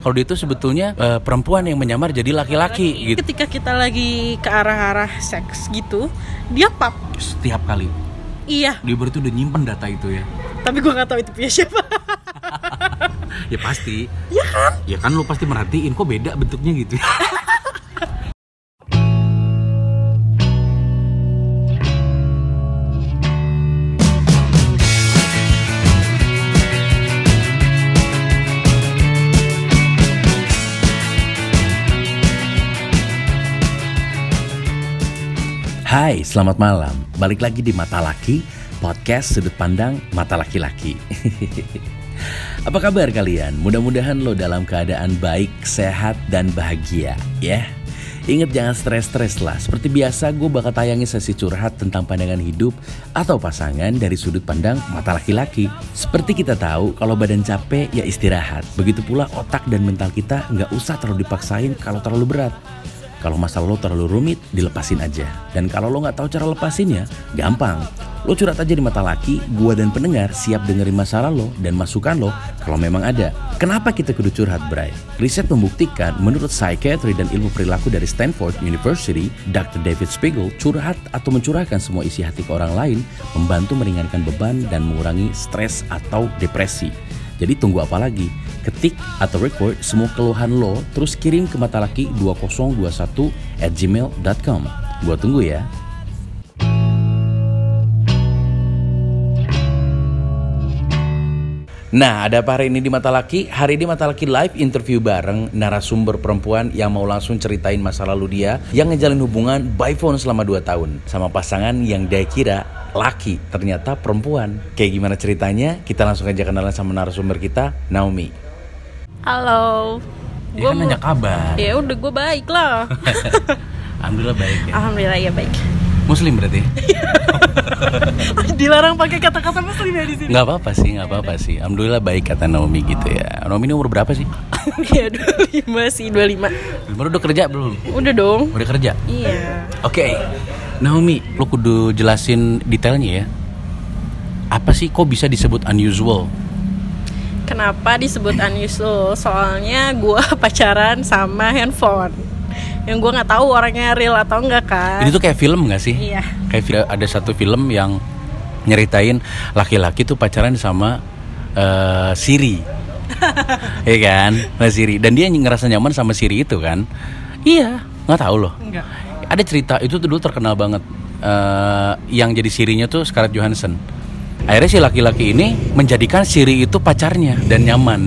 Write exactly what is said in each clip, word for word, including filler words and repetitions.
Kalau dia itu sebetulnya uh, perempuan yang menyamar jadi laki-laki gitu. Ketika kita lagi ke arah-arah seks gitu, dia pap setiap kali. Iya. Dia baru tuh udah nyimpen data itu ya. Tapi gue nggak tahu itu punya siapa. Ya pasti. Ya kan? Ya kan lu pasti merhatiin kok beda bentuknya gitu. Hai, selamat malam. Balik lagi di Mata Laki, podcast sudut pandang mata laki-laki. Apa kabar kalian? Mudah-mudahan lo dalam keadaan baik, sehat, dan bahagia, ya. Ingat jangan stres-stres lah. Seperti biasa gue bakal tayangin sesi curhat tentang pandangan hidup atau pasangan dari sudut pandang mata laki-laki. Seperti kita tahu, kalau badan capek ya istirahat. Begitu pula otak dan mental kita nggak usah terlalu dipaksain kalau terlalu berat. Kalau masalah lo terlalu rumit, dilepasin aja. Dan kalau lo gak tahu cara lepasinnya, gampang. Lo curhat aja di Mata Laki, gua dan pendengar siap dengerin masalah lo dan masukan lo kalau memang ada. Kenapa kita kudu curhat, Bray? Riset membuktikan menurut psikiatri dan ilmu perilaku dari Stanford University, dokter David Spiegel, curhat atau mencurahkan semua isi hati ke orang lain membantu meringankan beban dan mengurangi stres atau depresi. Jadi tunggu apa lagi? Ketik atau record semua keluhan lo, terus kirim ke matalaki dua nol dua satu at gmail dot com. Gua tunggu ya. Nah, ada apa hari ini di Mata Laki? Hari ini Mata Laki live interview bareng narasumber perempuan yang mau langsung ceritain masa lalu dia yang ngejalin hubungan by phone selama dua tahun sama pasangan yang dia kira laki, ternyata perempuan. Kayak gimana ceritanya? Kita langsung aja kenalan sama narasumber kita, Naomi. Halo. Ya kan nanya kabar. Ya udah, gue baik lah. Alhamdulillah baik ya. Alhamdulillah ya baik. Muslim berarti? Dilarang pakai kata-kata muslim ya di sini. Gak apa-apa sih, gak apa-apa sih. Alhamdulillah baik kata Naomi gitu ya. Naomi ini umur berapa sih? Iya dua puluh lima sih, dua puluh lima. Baru udah kerja belum? Udah dong. Udah kerja? Iya. Oke, okay. Naomi, lo kudu jelasin detailnya ya. Apa sih kok bisa disebut unusual? Kenapa disebut unusual? Soalnya gue pacaran sama handphone yang gue nggak tahu orangnya real atau enggak kan. Ini tuh kayak film nggak sih? Iya. Kayak ada satu film yang nyeritain laki-laki tuh pacaran sama uh, Siri. Iya kan, sama Siri. Dan dia ngerasa nyaman sama Siri itu kan? Iya, nggak tahu loh. Enggak. Ada cerita itu tuh dulu terkenal banget. Uh, yang jadi Sirinya tuh Scarlett Johansson. Akhirnya si laki-laki ini menjadikan Siri itu pacarnya dan nyaman.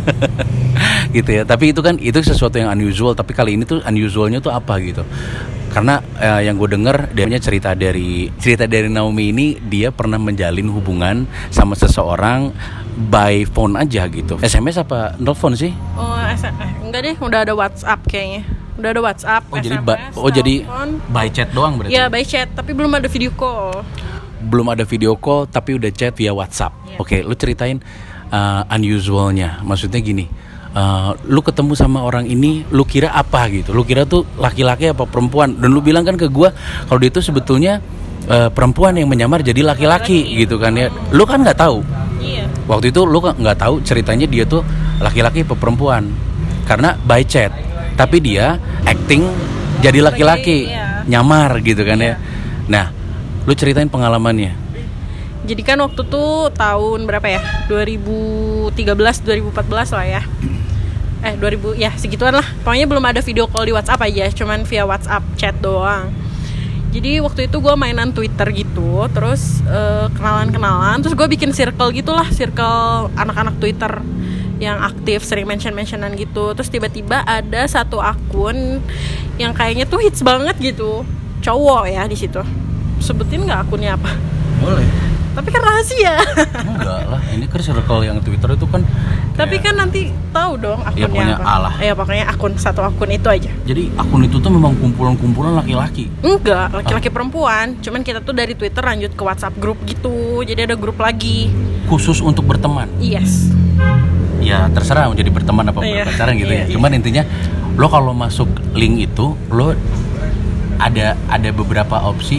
Gitu ya. Tapi itu kan itu sesuatu yang unusual. Tapi kali ini tuh unusualnya tuh apa gitu? Karena eh, yang gue denger dia punya cerita dari cerita dari Naomi ini, dia pernah menjalin hubungan sama seseorang by phone aja gitu. S M S apa telepon sih? Oh, S- eh, enggak deh, udah ada WhatsApp kayaknya. Udah ada WhatsApp. Oh S M S, jadi ba- oh jadi by chat doang berarti? Iya by chat, tapi belum ada video call. Belum ada video call tapi udah chat via WhatsApp. Yeah. Oke, okay, lu ceritain uh, unusualnya. Maksudnya gini, uh, lu ketemu sama orang ini, lu kira apa gitu? Lu kira tuh laki-laki apa perempuan? Dan lu bilang kan ke gua kalau dia itu sebetulnya uh, perempuan yang menyamar jadi laki-laki, laki-laki gitu kan ya. Lu kan nggak tahu. Iya. Waktu itu lu nggak tahu ceritanya dia tuh laki-laki apa perempuan karena by chat. Tapi dia acting jadi laki-laki, iya. Nyamar gitu kan iya. ya. Nah, lu ceritain pengalamannya. Jadi kan waktu tuh tahun berapa ya? dua ribu tiga belas dua ribu empat belas lah ya. Eh dua ribu ya segituan lah. Pokoknya belum ada video call di WhatsApp aja, cuman via WhatsApp chat doang. Jadi waktu itu gue mainan Twitter gitu, terus uh, kenalan-kenalan, terus gue bikin circle gitulah, circle anak-anak Twitter yang aktif, sering mention-mentionan gitu. Terus tiba-tiba ada satu akun yang kayaknya tuh hits banget gitu, cowok ya di situ. Sebutin nggak akunnya apa? Boleh. Tapi kan rahasia. Enggak lah, ini kan circle yang Twitter itu kan. Tapi kan nanti tahu dong akunnya ya, pokoknya apa. Allah. Ya pokoknya akun satu akun itu aja. Jadi akun itu tuh memang kumpulan-kumpulan laki-laki. Enggak, laki-laki ah. perempuan. Cuman kita tuh dari Twitter lanjut ke WhatsApp grup gitu. Jadi ada grup lagi. Khusus untuk berteman. Yes. Ya terserah mau jadi berteman apa iya. berpacaran gitu iya, ya. Cuman iya. Intinya lo kalau masuk link itu lo ada ada beberapa opsi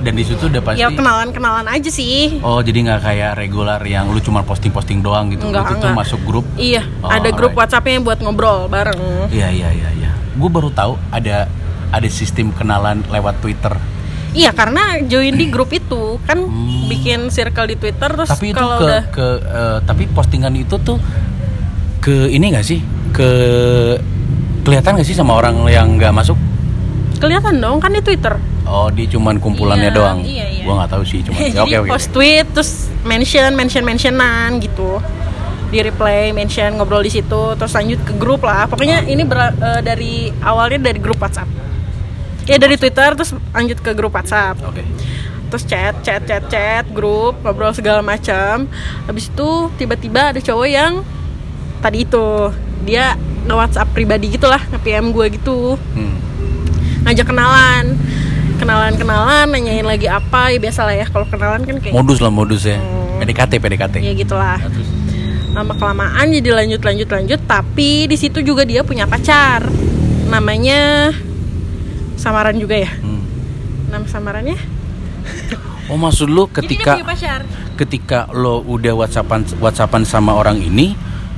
Dan di situ udah pasti. Ya kenalan-kenalan aja sih. Oh, jadi nggak kayak regular yang lu cuma posting-posting doang gitu. Enggak, itu enggak. masuk grup. Iya, Oh, ada grup alright. WhatsApp-nya buat ngobrol bareng. Iya iya iya iya. Gue baru tahu ada ada sistem kenalan lewat Twitter. Iya, karena join di grup itu kan Hmm. bikin circle di Twitter terus Tapi itu kalau ke udah ke eh, tapi postingan itu tuh ke ini nggak sih? Ke kelihatan nggak sih sama orang yang nggak masuk? kelihatan dong kan di Twitter. Oh, dia cuman kumpulannya Iya, doang. iya, iya. Gua nggak tahu sih, cuma. Ya, Jadi oke oke. post tweet terus mention mention mentionan gitu. Di reply, mention, ngobrol di situ, terus lanjut ke grup lah. Pokoknya ini ber- eh, dari awalnya dari grup WhatsApp. Ya dari Twitter terus lanjut ke grup WhatsApp. Oke. Terus chat, chat, chat, chat, grup, ngobrol segala macam. Habis itu tiba-tiba ada cowok yang tadi itu dia nge-WhatsApp pribadi gitulah, nge-P M gue gitu. Hmm. Ngajak kenalan. Kenalan-kenalan, nanyain lagi apa, ya biasa lah ya kalau kenalan kan kayak Modus lah modus ya. Hmm. P D K T P D K T. ya gitulah. Nah, terus? Lama kelamaan jadi lanjut lanjut lanjut, tapi di situ juga dia punya pacar. Namanya samaran juga ya. Hmm. Nama samarannya? Oh, maksud lu Jadi dia ketika punya pacar. ketika lo udah WhatsAppan WhatsAppan sama orang ini,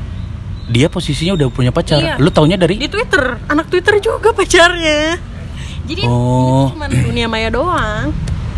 dia posisinya udah punya pacar. Iya. Lu taunya dari? Di Twitter, anak Twitter juga pacarnya. Jadi Oh. cuma dunia maya doang.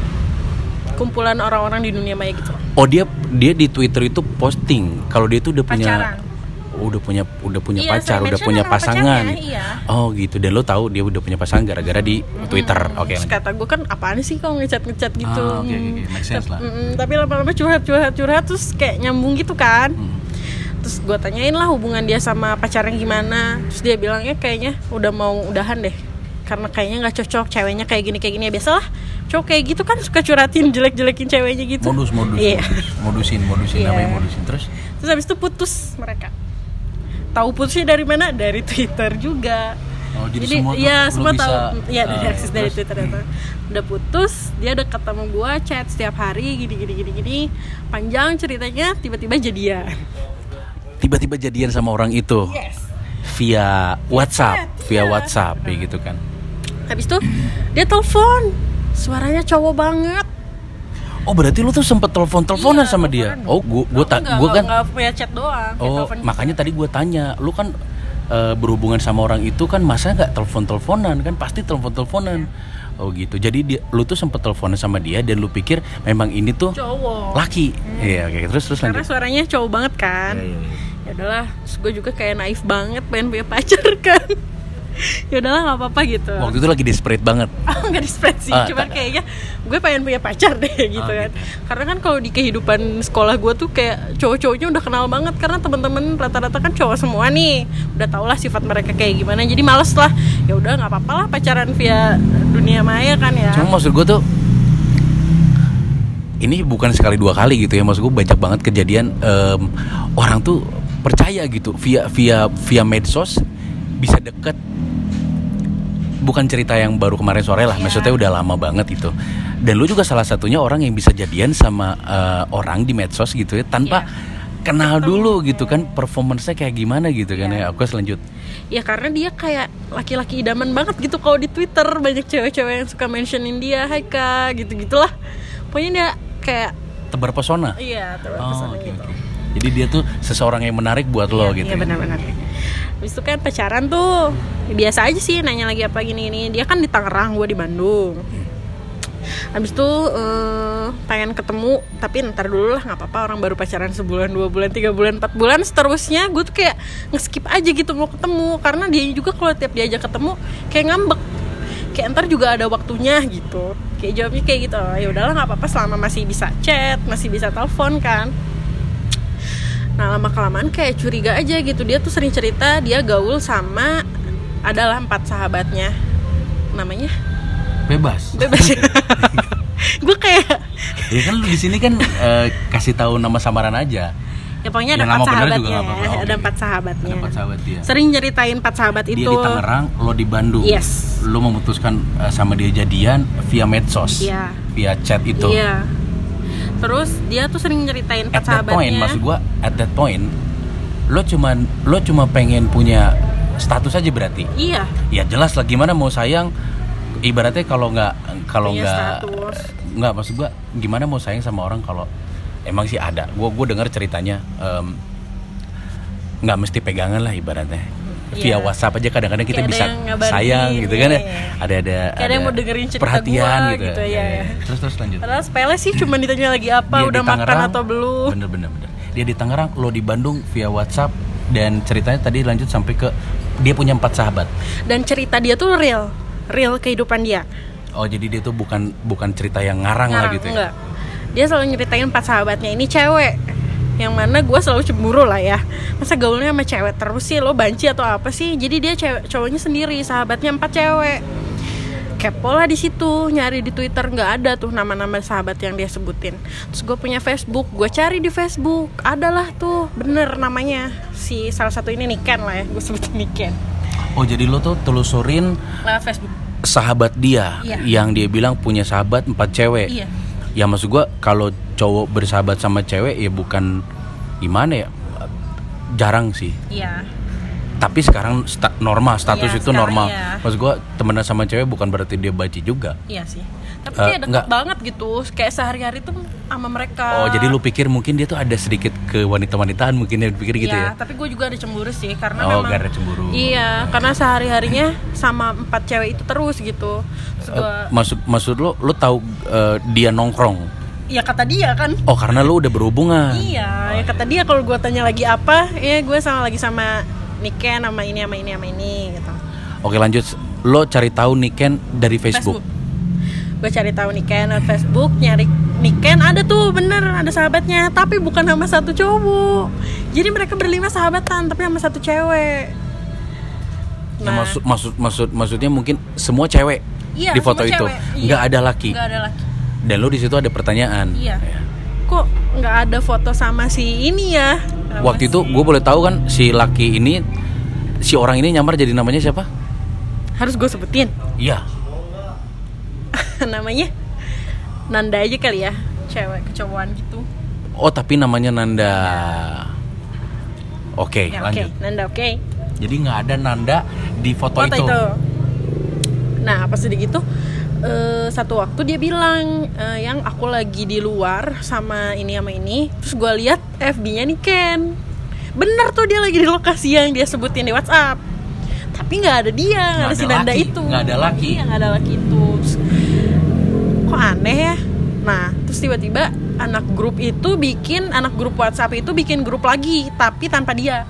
Kumpulan orang-orang di dunia maya gitu. Oh, dia dia di Twitter itu posting kalau dia tuh udah punya Pacaran. oh, udah punya udah punya Iya, pacar, saya udah mention punya sama pasangan. pacarnya, iya. Oh, gitu. Dan lo tahu dia udah punya pasangan gara-gara di Twitter. Oke. Terus kata gue kan apaan sih kalau ngechat-ngechat gitu. Ah, oke, oke, oke. Make sense lah. Mm-mm, tapi lama-lama curhat-curhat-curhat terus kayak nyambung gitu kan. Hmm. Terus gue tanyain lah hubungan dia sama pacarnya gimana. Terus dia bilangnya kayaknya udah mau udahan deh, karena kayaknya nggak cocok, ceweknya kayak gini kayak gini. Ya biasalah cowok kayak gitu kan suka curhatin, jelek-jelekin ceweknya gitu. Modus modus, Iya. modus. Modusin, modusin Iya. namanya modusin. Terus Terus habis itu putus mereka. Tahu putusnya dari mana? Dari Twitter juga. Oh, jadi semua tuh ya lu semua bisa, tahu. Iya, dari uh, akses dari terus? Twitter itu. Udah putus, dia deket sama gua, chat setiap hari gini gini gini gini. Panjang ceritanya, tiba-tiba jadian. tiba-tiba jadian sama orang itu Yes. via WhatsApp, Chat, via iya. WhatsApp kayak gitu kan. Habis itu dia telepon. Suaranya cowok banget. Oh, berarti lu tuh sempet telepon-teleponan Iya, sama dia. teleponan. Oh, gua gua tak Enggak, gua kan enggak punya chat doang. kayak Oh, telepon gitu. makanya tadi gue tanya, lu kan eh, berhubungan sama orang itu kan masa nggak telepon-teleponan kan, pasti telepon-teleponan. Oh gitu. Jadi dia, lu tuh sempet teleponan sama dia dan lu pikir memang ini tuh cowok. laki. Iya, oke. Terus terus Karena lanjut. suaranya cowok banget kan. Iya, iya, iya. Ya udahlah, terus gue juga kayak naif banget pengen punya pacar kan. Ya udahlah nggak apa-apa gitu. Waktu itu lagi desperate banget. Oh, nggak desperate sih, Ah, cuman tak- kayaknya gue pengen punya pacar deh gitu Ah, kan. gitu. Karena kan kalau di kehidupan sekolah gue tuh kayak cowok-cowoknya udah kenal banget, karena teman-teman rata-rata kan cowok semua nih, udah tau lah sifat mereka kayak gimana. Jadi males lah, ya udah nggak apa-apa lah pacaran via dunia maya kan ya. Cuma maksud gue tuh ini bukan sekali dua kali gitu ya. Maksud gue banyak banget kejadian em, orang tuh percaya gitu via via via medsos bisa deket. Bukan cerita yang baru kemarin sore lah, Iya. maksudnya udah lama banget itu. Dan lu juga salah satunya orang yang bisa jadian sama eh, orang di medsos gitu ya tanpa Iya. kenal dulu gitu kan, performance-nya kayak gimana gitu kan ya. Iya. Aku selanjut. Ya karena dia kayak laki-laki idaman banget gitu. Kalau di Twitter banyak cewek-cewek yang suka mentionin dia, hai kak, gitu-gitulah. Pokoknya dia kayak Tebar pesona. iya terus Oh, oke gitu. oke. Jadi dia tuh seseorang yang menarik buat lo gitu. Iya ya. benar-benar. Habis itu kan pacaran tuh ya biasa aja sih, nanya lagi apa gini-gini. Dia kan di Tangerang, gue di Bandung. Habis itu eh, pengen ketemu, tapi ntar dulu lah, nggak apa-apa, orang baru pacaran sebulan, dua bulan, tiga bulan, empat bulan, seterusnya gue tuh kayak nge-skip aja gitu mau ketemu, karena dia juga kalau tiap diajak ketemu kayak ngambek, kayak ntar juga ada waktunya gitu. Kayak jawabnya kayak gitu, oh, ya udahlah nggak apa-apa selama masih bisa chat, masih bisa telepon kan. Nah lama kelamaan kayak curiga aja gitu. Dia tuh sering cerita dia gaul sama adalah empat sahabatnya. Namanya Bebas. bebas ya. Gue kayak Ya kan lu di sini kan eh, kasih tahu nama samaran aja. ya pokoknya ada Ya, empat nama bener sahabatnya juga nggak apa-apa. ya. Oh, Ada oke. empat sahabatnya. Ada empat sahabat dia. Sering nyeritain empat sahabat Dia itu. di Tangerang, lo di Bandung. Yes. Lo memutuskan eh, sama dia jadian via medsos. Iya. Via chat itu. Iya. Terus dia tuh sering nyeritain empat At that point, sahabatnya. maksud gua at that point lo cuman lo cuma pengen punya status aja berarti. Iya. Ya jelas lah, gimana mau sayang, ibaratnya kalau nggak kalau Punya nggak status. nggak maksud gue gimana mau sayang sama orang kalau emang sih ada. Gue gue dengar ceritanya um, nggak mesti pegangan lah ibaratnya. Via yeah. WhatsApp aja kadang-kadang kita kayak bisa sayang gitu kan ya. Ada ada ada yang mau dengerin cerita perhatian gua, gitu, gitu ya. ya. Terus terus lanjut. Padahal sepele sih cuma ditanya lagi apa, dia udah makan atau belum. Bener bener bener. Dia di Tangerang, lo di Bandung via WhatsApp dan ceritanya tadi lanjut sampai ke dia punya empat sahabat. Dan cerita dia tuh real, real kehidupan dia. Oh jadi dia tuh bukan bukan cerita yang ngarang, ngarang lah gitu ya? Enggak. Dia selalu nyeritain empat sahabatnya ini cewek. Yang mana gue selalu cemburu lah ya. Masa gaulnya sama cewek terus sih, lo banci atau apa sih? Jadi dia cewek, cowoknya sendiri, sahabatnya empat cewek. Kepo lah di situ, nyari di Twitter nggak ada tuh nama-nama sahabat yang dia sebutin. Terus gue punya Facebook, gue cari di Facebook, adalah tuh bener namanya si salah satu ini Niken lah ya, gue sebutin Niken. Oh jadi lo tuh telusurin lewat Facebook sahabat dia, iya. Yang dia bilang punya sahabat empat cewek. Iya. Ya maksud gue kalau cowok bersahabat sama cewek ya bukan gimana ya, jarang sih. Iya. Tapi sekarang sta- normal, status iya, itu normal. Iya. Maksud gue temenan sama cewek bukan berarti dia baci juga. Iya sih. Tapi uh, kayak deket enggak. banget gitu, kayak sehari-hari tuh sama mereka. Oh jadi lu pikir mungkin dia tuh ada sedikit ke wanita-wanitaan mungkin dia pikir gitu ya? Iya, tapi gue juga ada cemburu sih karena oh, memang. Oh, ada cemburu. Iya, karena sehari-harinya sama empat cewek itu terus gitu. Terus gua... uh, maksud maksud lu, lu tahu uh, dia nongkrong? Iya kata dia kan. Oh karena lu udah berhubungan. Iya, oh, ya kata dia kalau gue tanya lagi apa, ya gue sama lagi sama Niken sama ini sama ini sama ini gitu. Oke lanjut, lo cari tahu Niken dari Facebook. Facebook. Gue cari tahu Niken dari Facebook, nyari Niken ada tuh bener ada sahabatnya, tapi bukan sama satu cowok. Jadi mereka berlima sahabatan, tapi sama satu cewek. Nah, ya, maksud maksud maksud maksudnya mungkin semua cewek iya, di foto itu, iya. nggak ada laki. Nggak ada laki. Dan lo di situ ada pertanyaan. Iya. Ya. Kok nggak ada foto sama si ini ya? Sama waktu si... itu gue boleh tahu kan si laki ini, si orang ini nyamar jadi namanya siapa? Harus gue sebutin? Iya. Namanya Nanda aja kali ya, cewek kecowokan gitu. Oh tapi namanya Nanda. Oke, okay, ya, lanjut. Okay. Nanda oke. Okay. Jadi nggak ada Nanda di foto, foto itu. itu. Nah pas udah gitu. Uh, satu waktu dia bilang uh, yang aku lagi di luar sama ini sama ini, terus gue lihat F B-nya Niken, bener tuh dia lagi di lokasi yang dia sebutin di WhatsApp, tapi nggak ada dia, nggak ada si Nanda itu, nggak ada laki, iya nggak ada laki itu, terus, kok aneh ya. Nah terus tiba-tiba anak grup itu bikin anak grup WhatsApp itu bikin grup lagi, tapi tanpa dia.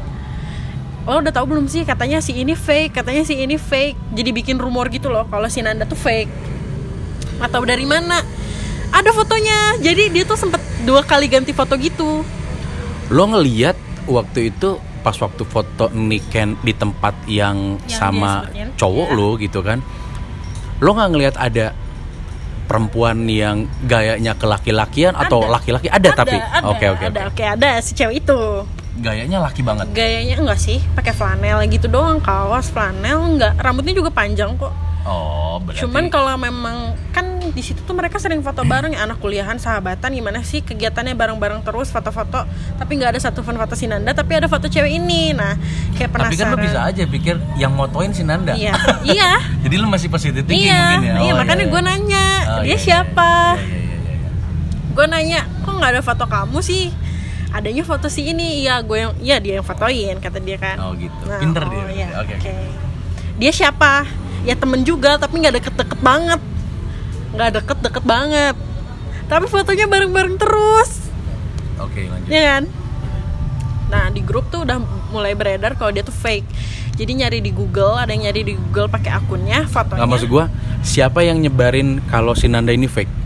Lo udah tahu belum sih katanya si ini fake, katanya si ini fake. Jadi bikin rumor gitu loh kalau si Nanda tuh fake. Atau dari mana? Ada fotonya. Jadi dia tuh sempet dua kali ganti foto gitu. Lo ngelihat waktu itu pas waktu foto Niken di tempat yang, yang sama cowok ya. Lo gitu kan. Lo nggak ngelihat ada perempuan yang gayanya ke laki-lakian atau ada. laki-laki ada, ada tapi oke oke oke oke ada si cewek itu. Gayanya laki banget. Gayanya enggak sih, pakai flanel gitu doang, kaos flanel enggak, rambutnya juga panjang kok. Oh, berarti. Cuman kalau memang kan di situ tuh mereka sering foto bareng ya, anak kuliahan, sahabatan, gimana sih kegiatannya bareng-bareng terus foto-foto, tapi nggak ada satu foto si Nanda, tapi ada foto cewek ini. Nah, kayak penasaran. Tapi kan lu bisa aja pikir yang motoin si Nanda. Iya. Iya. Jadi lu masih positif thinking iya, mungkin ya. Iya, oh, makanya iya, gue nanya, oh, dia iya, siapa? Iya, iya, iya, iya, iya. Gue nanya, kok nggak ada foto kamu sih? Adanya foto si ini, iya gue yang, iya dia yang fotoin kata dia kan. Oh gitu, nah, pinter oh, dia. Iya, Oke. Okay, okay. Dia siapa? Ya temen juga, tapi nggak deket-deket banget, nggak deket-deket banget. Tapi fotonya bareng-bareng terus. Oke, okay, lanjut. Ya kan? Nah di grup tuh udah mulai beredar kalau dia tuh fake. Jadi nyari di Google, ada yang nyari di Google pakai akunnya, fotonya. Nggak, maksud gue, siapa yang nyebarin kalau si Nanda ini fake?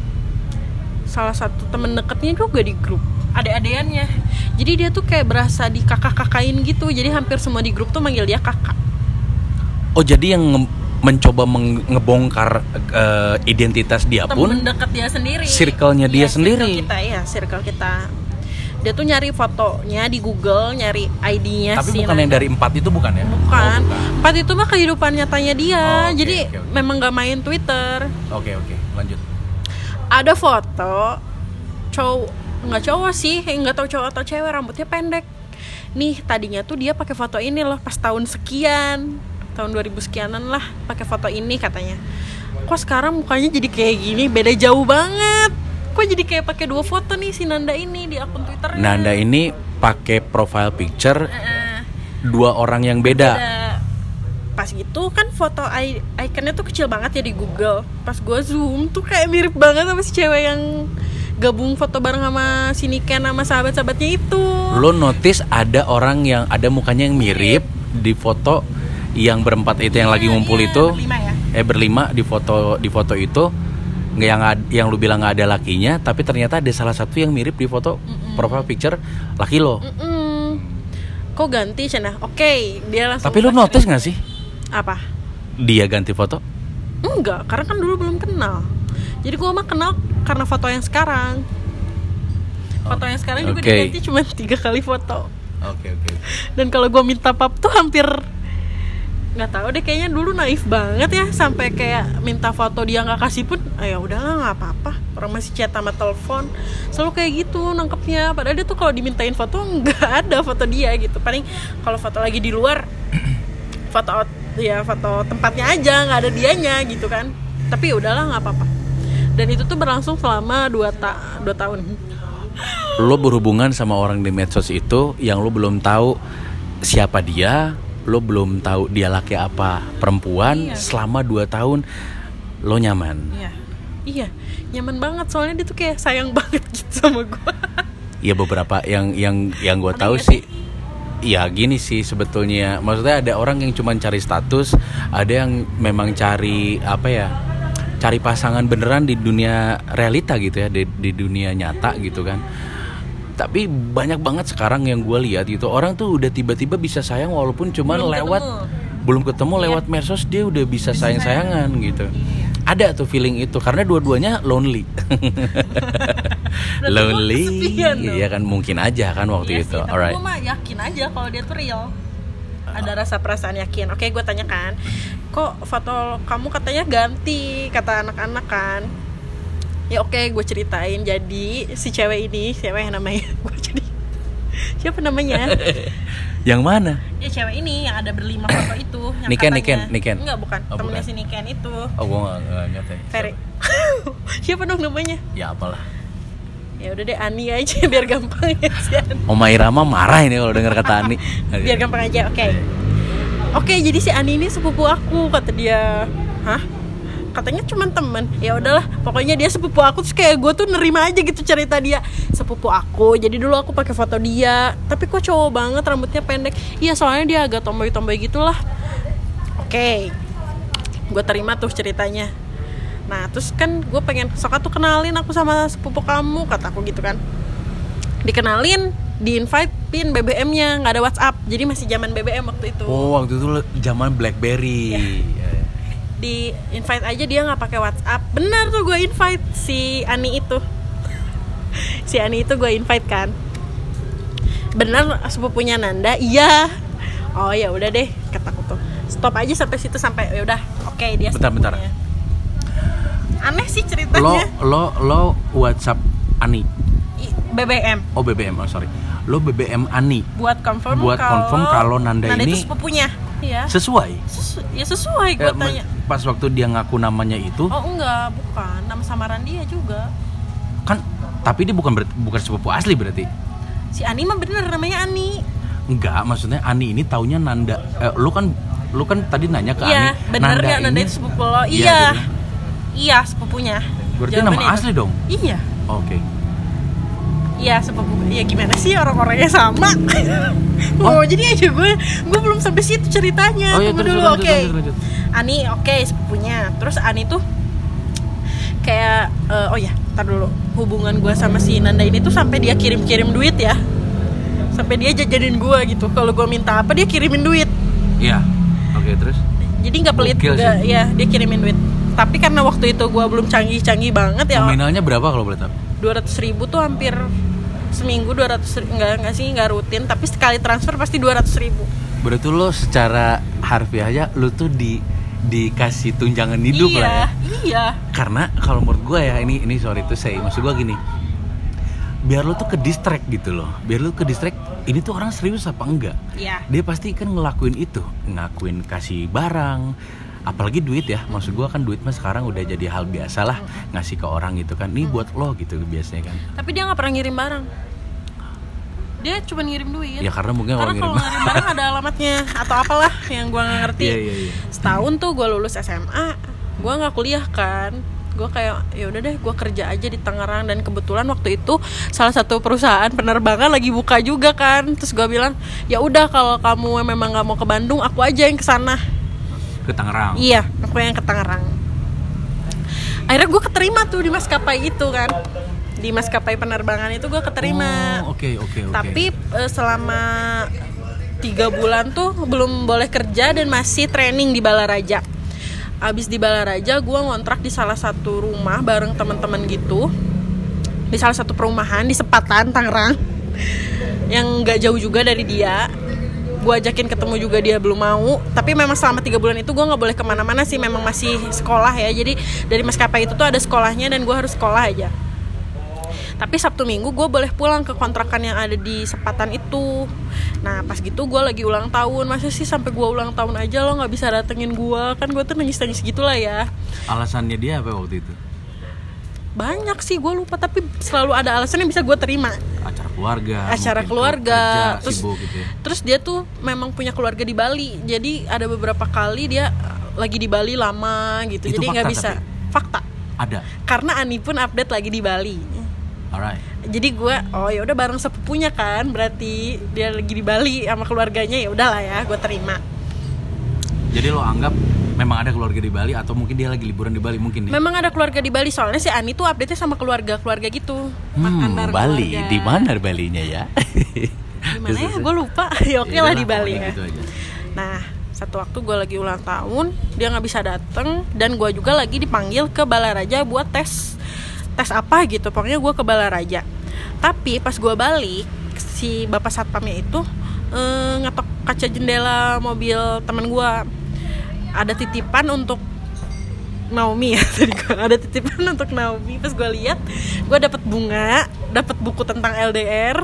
Salah satu temen deketnya juga di grup. Adek-adeannya. Jadi dia tuh kayak berasa di kakak-kakain gitu. Jadi hampir semua di grup tuh manggil dia kakak. Oh jadi yang nge- mencoba meng- ngebongkar uh, identitas dia temen pun temen deket dia sendiri. Circle-nya dia ya, sendiri. Circle kita ya, circle kita. Dia tuh nyari fotonya di Google, nyari I D-nya. Tapi si bukan Nanda. yang dari empat itu bukan ya? Bukan. Oh, bukan. Empat itu mah kehidupan nyatanya dia. Oh, okay, Jadi okay, okay. memang gak main Twitter. Oke okay, oke, okay. Lanjut. Ada foto cowok, nggak cowok sih, nggak tahu cowok atau cewek, rambutnya pendek. Nih tadinya tuh dia pakai foto ini loh pas tahun sekian, tahun dua ribu sekianan lah, pakai foto ini katanya. kok sekarang mukanya jadi kayak gini, beda jauh banget. Kok jadi kayak pakai dua foto nih si Nanda ini di akun Twitternya. Nanda ini pakai profile picture uh-uh. dua orang yang beda. beda. Pas gitu kan foto ikonnya tuh kecil banget ya di Google. Pas gue zoom tuh kayak mirip banget sama si cewek yang gabung foto bareng sama si Niken sama sahabat-sahabatnya itu. Lo notice ada orang yang ada mukanya yang mirip di foto yang berempat itu yang lagi ngumpul iya, itu. Berlima ya? Eh berlima di foto di foto itu yang yang lu bilang nggak ada lakinya, tapi ternyata ada salah satu yang mirip di foto Mm-mm. profile picture laki lo. Mm-mm. Kok ganti Cina? Oke, okay, dia langsung. Tapi lu notice nggak sih? Apa? Dia ganti foto? Enggak, karena kan dulu belum kenal. Jadi gue mah kenal karena foto yang sekarang. Foto yang sekarang juga okay. diganti cuma tiga kali foto. Oke okay, oke. Okay. Dan kalau gue minta pap tuh hampir nggak tahu deh, kayaknya dulu naif banget ya sampai kayak minta foto dia nggak kasih pun, ah ya udahlah nggak apa-apa. Orang masih chat sama telepon, selalu kayak gitu nangkepnya. Padahal dia tuh kalau dimintain foto nggak ada foto dia gitu. Paling kalau foto lagi di luar, foto ya foto tempatnya aja, nggak ada dianya gitu kan. Tapi ya udahlah nggak apa-apa. Dan itu tuh berlangsung selama dua ta- dua tahun. Lo berhubungan sama orang di medsos itu yang lo belum tahu siapa dia, lo belum tahu dia laki apa perempuan, iya. selama dua tahun lo nyaman. Iya, iya nyaman banget soalnya dia tuh kayak sayang banget gitu sama gue. Iya beberapa yang yang yang gue tahu sih. Ya gini sih sebetulnya, maksudnya ada orang yang cuma cari status, ada yang memang cari apa ya? Cari pasangan beneran di dunia realita gitu ya, di, di dunia nyata gitu kan. Tapi banyak banget sekarang yang gue lihat gitu, orang tuh udah tiba-tiba bisa sayang walaupun cuma lewat ketemu. belum ketemu iya. lewat medsos dia udah bisa sayang-sayangan gitu. Iya. Ada tuh feeling itu karena dua-duanya lonely. Lonely, iya kan mungkin aja kan waktu iya itu. Sih, tapi alright. Gue mah yakin aja kalau dia tuh real. Ada rasa perasaan yakin. Oke, gue tanya kan, kok foto kamu katanya ganti, kata anak-anak kan. Ya oke, gue ceritain. Jadi si cewek ini, siapa yang namanya? Gue jadi siapa namanya? Yang mana? Ya cewek ini yang ada berlima foto itu. Yang Niken, katanya, Niken, Niken. Enggak bukan, oh, temennya bukan. si Niken itu. Oh, gue nggak nggak ngerti. Ferry. Siapa dong namanya? Ya apalah. Ya udah deh Ani aja biar gampang ya si Ani. Oma Irama marah ini kalau dengar kata Ani. Biar gampang aja, oke. Okay. Oke, okay, jadi si Ani ini sepupu aku, kata dia. Hah? Katanya cuma teman. Ya udahlah, pokoknya dia sepupu aku. Terus kayak gue tuh nerima aja gitu cerita dia. Sepupu aku. Jadi dulu aku pakai foto dia. Tapi kok cowok banget, rambutnya pendek. Iya, soalnya dia agak tomboy-tomboy gitulah. Oke. Okay. Gue terima tuh ceritanya. Nah, terus kan gue pengen Soka tuh kenalin aku sama sepupu kamu, kata aku gitu kan. Dikenalin, di-invite pin B B M-nya, nggak ada WhatsApp. Jadi masih zaman B B M waktu itu. Oh, waktu itu zaman BlackBerry. Ya. Di invite aja dia nggak pakai WhatsApp. Benar tuh gue invite si Ani itu. Si Ani itu gue invite kan. Benar sepupunya Nanda? Iya. Oh ya udah deh, kata aku tuh. Stop aja sampai situ sampai ya udah. Oke, okay, dia bentar, sepupunya. Bentar. Aneh sih ceritanya. Lo lo lo WhatsApp Ani. B B M. Oh B B M, oh sorry. Lo B B M Ani. Buat confirm Buat kalau confirm kalau Nanda, Nanda ini itu sepupunya. Iya. Sesuai. Sesu- ya sesuai gue eh, tanya. Pas waktu dia ngaku namanya itu. Oh enggak, bukan. Nama samaran dia juga. Kan tapi dia bukan ber- bukan sepupu asli berarti. Si Ani mah bener namanya Ani. Enggak, maksudnya Ani ini taunya Nanda. Eh, lu kan lu kan tadi nanya ke iya, Ani. Bener Nanda gak Nanda ini itu sepupu lo? Iya. Iya, iya sepupunya. Berarti nama itu. asli dong? Iya. Oh, oke. Okay. Iya sepupu. Iya gimana sih orang-orangnya sama? Oh, oh jadi aja gue gue belum sampai situ ceritanya. Oh, iya, Tunggu terus, dulu, oke. okay. Ani oke okay, sepupunya. Terus Ani tuh kayak uh, oh ya, tar dulu. Hubungan gue sama si Nanda ini tuh sampai dia kirim-kirim duit ya. Sampai dia jajanin gue gitu. Kalau gue minta apa dia kirimin duit. Iya. Oke, okay, terus? Jadi nggak pelit juga, ya dia kirimin duit. Tapi karena waktu itu gue belum canggih-canggih banget ya. Nominalnya berapa kalau boleh tahu? dua ratus ribu tuh hampir seminggu dua ratus ribu. Enggak, enggak sih, enggak rutin. Tapi sekali transfer pasti dua ratus ribu. Berarti lo secara harfiah aja lo tuh di dikasih tunjangan hidup iya, lah ya. Iya. Karena kalau menurut gue ya ini ini sorry tuh saya maksud gue gini. Biar lo tuh ke distract gitu loh. Biar lo ke distract ini tuh orang serius apa enggak. Iya. Dia pasti kan ngelakuin itu, ngakuin kasih barang, apalagi duit ya, maksud gue kan duit mah sekarang udah jadi hal biasa lah, ngasih ke orang gitu kan, nih buat lo gitu biasanya kan. Tapi dia nggak pernah ngirim barang, dia cuma ngirim duit. Ya karena mungkin karena kalau ngirim barang ada alamatnya atau apalah yang gue nggak ngerti. Iya, iya, iya. Setahun tuh gue lulus S M A, gue nggak kuliah kan, gue kayak ya udah deh gue kerja aja di Tangerang, dan kebetulan waktu itu salah satu perusahaan penerbangan lagi buka juga kan, terus gue bilang ya udah kalau kamu memang nggak mau ke Bandung, aku aja yang kesana. Ke Tangerang. Iya, aku yang ke Tangerang. Akhirnya gue keterima tuh di maskapai itu kan, di maskapai penerbangan itu gue keterima. Oh, oke okay, oke okay, oke. Okay. Tapi uh, selama tiga bulan tuh belum boleh kerja dan masih training di Balaraja. Abis di Balaraja gue ngontrak di salah satu rumah bareng teman-teman gitu, di salah satu perumahan di Sepatan Tangerang, yang nggak jauh juga dari dia. Gue ajakin ketemu juga dia belum mau. Tapi memang selama tiga bulan itu gue nggak boleh kemana-mana sih, memang masih sekolah ya. Jadi dari maskapai itu tuh ada sekolahnya dan gue harus sekolah aja. Tapi Sabtu Minggu gue boleh pulang ke kontrakan yang ada di Sepatan itu. Nah pas gitu gue lagi ulang tahun. Masa sih sampai gue ulang tahun aja lo nggak bisa datengin gue? Kan gue tuh nangis-nangis gitulah ya. Alasannya dia apa waktu itu? Banyak sih gue lupa, tapi selalu ada alasan yang bisa gue terima. Acara keluarga, acara keluarga, kerja, terus gitu ya. Terus dia tuh memang punya keluarga di Bali, jadi ada beberapa kali dia lagi di Bali lama gitu. Itu jadi nggak bisa. Tapi? Fakta. Ada. Karena Ani pun update lagi di Bali. Alright. Jadi gue, oh ya udah bareng sepupunya kan, berarti dia lagi di Bali sama keluarganya, ya udahlah ya, gue terima. Jadi lo anggap memang ada keluarga di Bali atau mungkin dia lagi liburan di Bali mungkin nih? Memang ada keluarga di Bali, soalnya si Ani tuh update-nya sama keluarga-keluarga gitu. Hmm, Bali, di mana Balinya ya? Di mana ya? Gue lupa. Ya oke lah di Bali ya. Gitu aja. Nah, satu waktu gue lagi ulang tahun, dia nggak bisa dateng, dan gue juga lagi dipanggil ke Balaraja buat tes, tes apa gitu. Pokoknya gue ke Balaraja. Tapi pas gue balik, si bapak satpamnya itu eh, ngetok kaca jendela mobil teman gue. Ada titipan untuk Naomi ya tadi gue ada titipan untuk Naomi. Pas gue lihat, gue dapat bunga, dapat buku tentang L D R,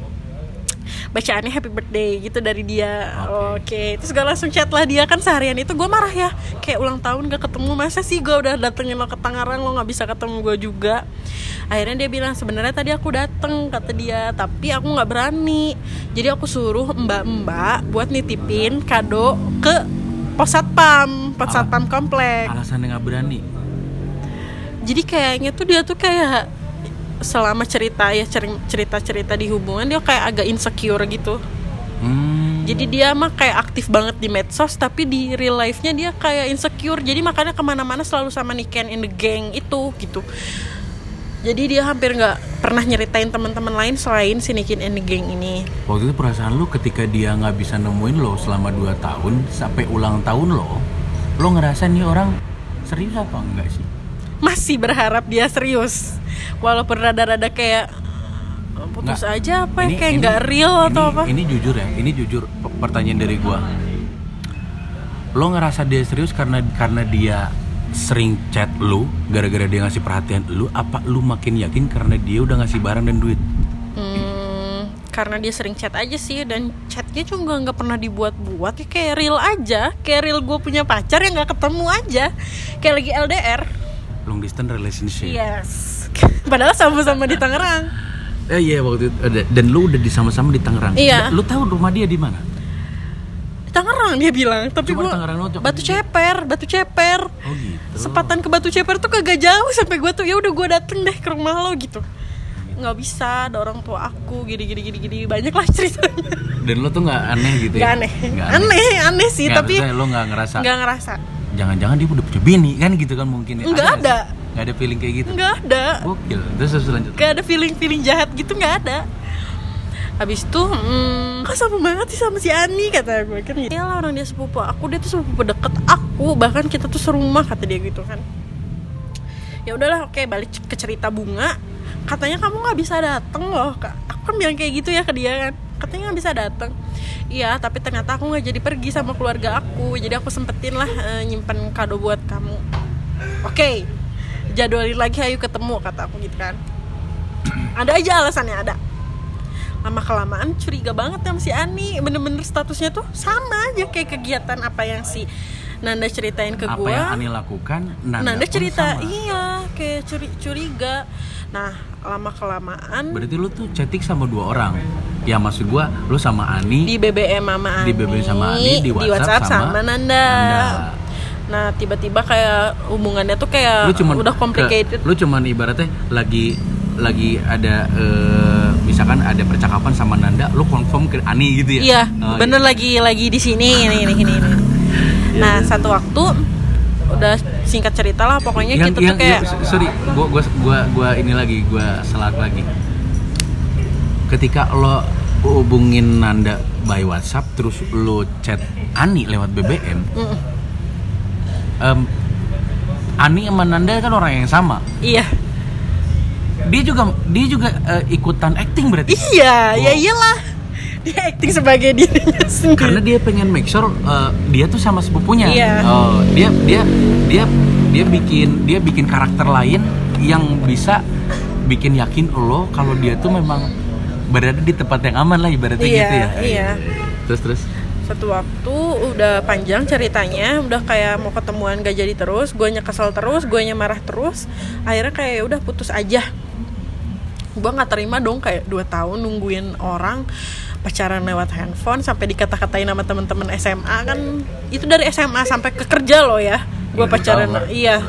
bacaannya happy birthday gitu dari dia. Oke, okay. okay. Terus gue langsung chat lah dia, kan seharian itu gue marah ya, kayak ulang tahun gak ketemu, masa sih gue udah datengin lo ke Tangerang lo nggak bisa ketemu gue juga. Akhirnya dia bilang sebenarnya tadi aku dateng kata dia, tapi aku nggak berani. Jadi aku suruh mbak-mbak buat nitipin kado ke pos satpam, pos satpam komplek. Alasannya nggak berani. Jadi kayaknya tuh dia tuh kayak selama cerita ya cerita-cerita di hubungan dia kayak agak insecure gitu. Hmm. Jadi dia mah kayak aktif banget di medsos, tapi di real life-nya dia kayak insecure. Jadi makanya kemana-mana selalu sama Niken in the gang itu gitu. Jadi dia hampir nggak pernah nyeritain teman-teman lain selain si Niken in the gang ini. Waktu itu perasaan lu ketika dia nggak bisa nemuin lo selama dua tahun sampai ulang tahun lo, lo ngerasa nih orang serius apa enggak sih? Masih berharap dia serius, walaupun rada-rada kayak putus nggak, aja apa ini, kayak nggak real ini, atau apa? Ini jujur ya, ini jujur pertanyaan dari gua. Lo ngerasa dia serius karena karena dia sering chat lu, gara-gara dia ngasih perhatian lu, apa lu makin yakin karena dia udah ngasih barang dan duit? Hmm, karena dia sering chat aja sih, dan chatnya juga nggak pernah dibuat-buat, ya kayak real aja, kayak real gue punya pacar yang nggak ketemu aja, kayak lagi L D R. Long distance relationship. Yes. Padahal sama-sama di Tangerang. Eh iya waktu itu, dan lu udah di sama-sama di Tangerang. Iya. Lu tahu rumah dia di mana? Tangerang dia bilang, tapi gue Batu Ceper, Batu Ceper. Oh gitu. Sepatan ke Batu Ceper tuh kagak jauh, sampai gue tuh ya udah gue dateng deh ke rumah lo gitu. Nggak bisa, ada orang tua aku, gini gini gini gini, banyak lah ceritanya. Dan lo tuh nggak aneh gitu ya? Nggak aneh, nggak aneh. aneh, aneh sih, nggak, tapi lo nggak ngerasa. Nggak ngerasa. Jangan-jangan dia udah punya bini kan gitu kan mungkin? Ya? Nggak ada. Nggak ada feeling kayak gitu. Nggak ada. Gokil. Terus selanjutnya. Nggak ada feeling feeling jahat gitu, nggak ada. Habis itu, hmm, kok sama banget sih sama si Ani kata gue kan. Ya lah orang dia sepupu aku, dia tuh sepupu deket aku, bahkan kita tuh serumah kata dia gitu kan. Ya udahlah, oke, balik ke cerita bunga. Katanya kamu nggak bisa dateng loh, kak. Aku kan bilang kayak gitu ya ke dia kan. Katanya nggak bisa dateng. Iya, tapi ternyata aku nggak jadi pergi sama keluarga aku. Jadi aku sempetin lah e, nyimpen kado buat kamu. Oke, jadwalin lagi, ayo ketemu kata aku gitu kan. Ada aja alasannya, ada. Lama-kelamaan curiga banget sama si Ani. Bener-bener statusnya tuh sama aja kayak kegiatan apa yang si Nanda ceritain ke apa gue. yang Ani lakukan, Nanda, Nanda cerita, sama. iya kayak curi, curiga. Nah lama kelamaan. Berarti lu tuh chatting sama dua orang. Ya maksud gue, lu sama Ani Di B B M sama Ani. Di B B M sama Ani, di WhatsApp, di WhatsApp sama, sama Nanda. Nanda. Nah tiba-tiba kayak hubungannya tuh kayak Lu cuman udah complicated. Ke, lu cuman ibaratnya lagi lagi ada uh, misalkan ada percakapan sama Nanda, lu confirm ke Ani gitu ya? Iya, oh, bener iya. lagi lagi di sini ini ini ini. ini. Nah yeah. satu waktu udah singkat cerita lah pokoknya yang, kita yang, tuh kayak yang, sorry, gua gua gua gua ini lagi gua selak lagi. Ketika lo hubungin Nanda by WhatsApp terus lo chat Ani lewat B B M, mm. um, Ani sama Nanda kan orang yang sama. Iya. Dia juga dia juga uh, ikutan acting berarti. Iya, oh. ya iyalah. Dia acting sebagai dirinya sendiri. Karena dia pengen make sure uh, dia tuh sama sepupunya. Iya. Oh, dia dia dia dia bikin dia bikin karakter lain yang bisa bikin yakin lo kalau dia tuh memang berada di tempat yang aman lah ibaratnya iya, gitu ya. Iya. Terus terus. Satu waktu udah panjang ceritanya, udah kayak mau ketemuan gak jadi terus, guanya kesel terus, guanya marah terus. Akhirnya kayak udah putus aja. Gue nggak terima dong kayak dua tahun nungguin orang pacaran lewat handphone sampai dikata-katain sama teman-teman S M A kan. Itu dari S M A sampai ke kerja loh ya. Gue pacaran tahu, iya.